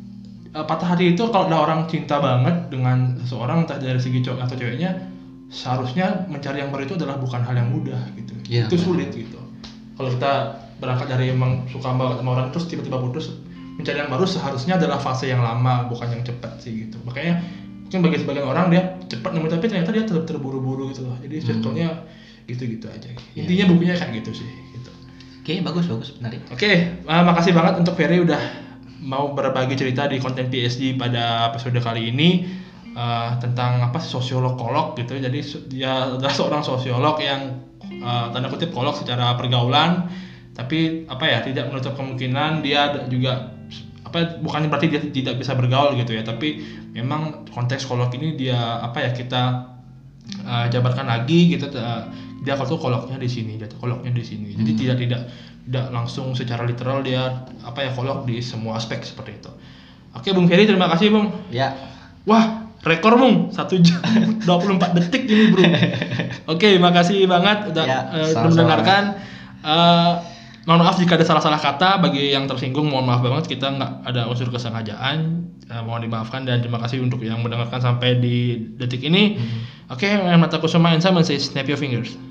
eh, patah hati itu kalau udah orang cinta banget dengan seseorang, entah dari segi cowok atau ceweknya, seharusnya mencari yang baru itu adalah bukan hal yang mudah gitu. Iya, Itu benar. sulit gitu. Kalau kita berangkat dari emang suka banget sama orang terus tiba-tiba putus, mencari yang baru seharusnya adalah fase yang lama, bukan yang cepat sih gitu. Makanya Mungkin bagi sebagian orang dia cepat nemu tapi ternyata dia tetap terburu-buru gitu loh. Jadi circle-nya gitu-gitu aja. Intinya bukunya kayak gitu sih. Gitu. Oke, bagus bagus menarik. Oke, uh, makasih banget untuk Ferry udah mau berbagi cerita di konten P S G pada episode kali ini uh, tentang apa sosiolog kolok gitu. Jadi dia adalah seorang sosiolog yang uh, tanda kutip kolok secara pergaulan, tapi apa ya tidak menutup kemungkinan dia juga apa bukannya berarti dia tidak bisa bergaul gitu ya, tapi memang konteks kolok ini dia apa ya kita uh, jabarkan lagi gitu. Uh, dia kalau tuh koloknya di sini, dia tuh koloknya di sini. Jadi hmm. tidak tidak tidak langsung secara literal dia apa ya kolok di semua aspek seperti itu. Oke, Bung Ferry, terima kasih, Bung. Ya. Wah, rekor, Bung. satu jam dua puluh empat detik ini, Bro. Oke, makasih banget udah ya, uh, mendengarkan. Uh, mohon maaf jika ada salah-salah kata, bagi yang tersinggung mohon maaf banget, kita nggak ada unsur kesengajaan, uh, mohon dimaafkan dan terima kasih untuk yang mendengarkan sampai di detik ini. Hmm. Oke, okay, Nata Kusuma and Simon says snap your fingers.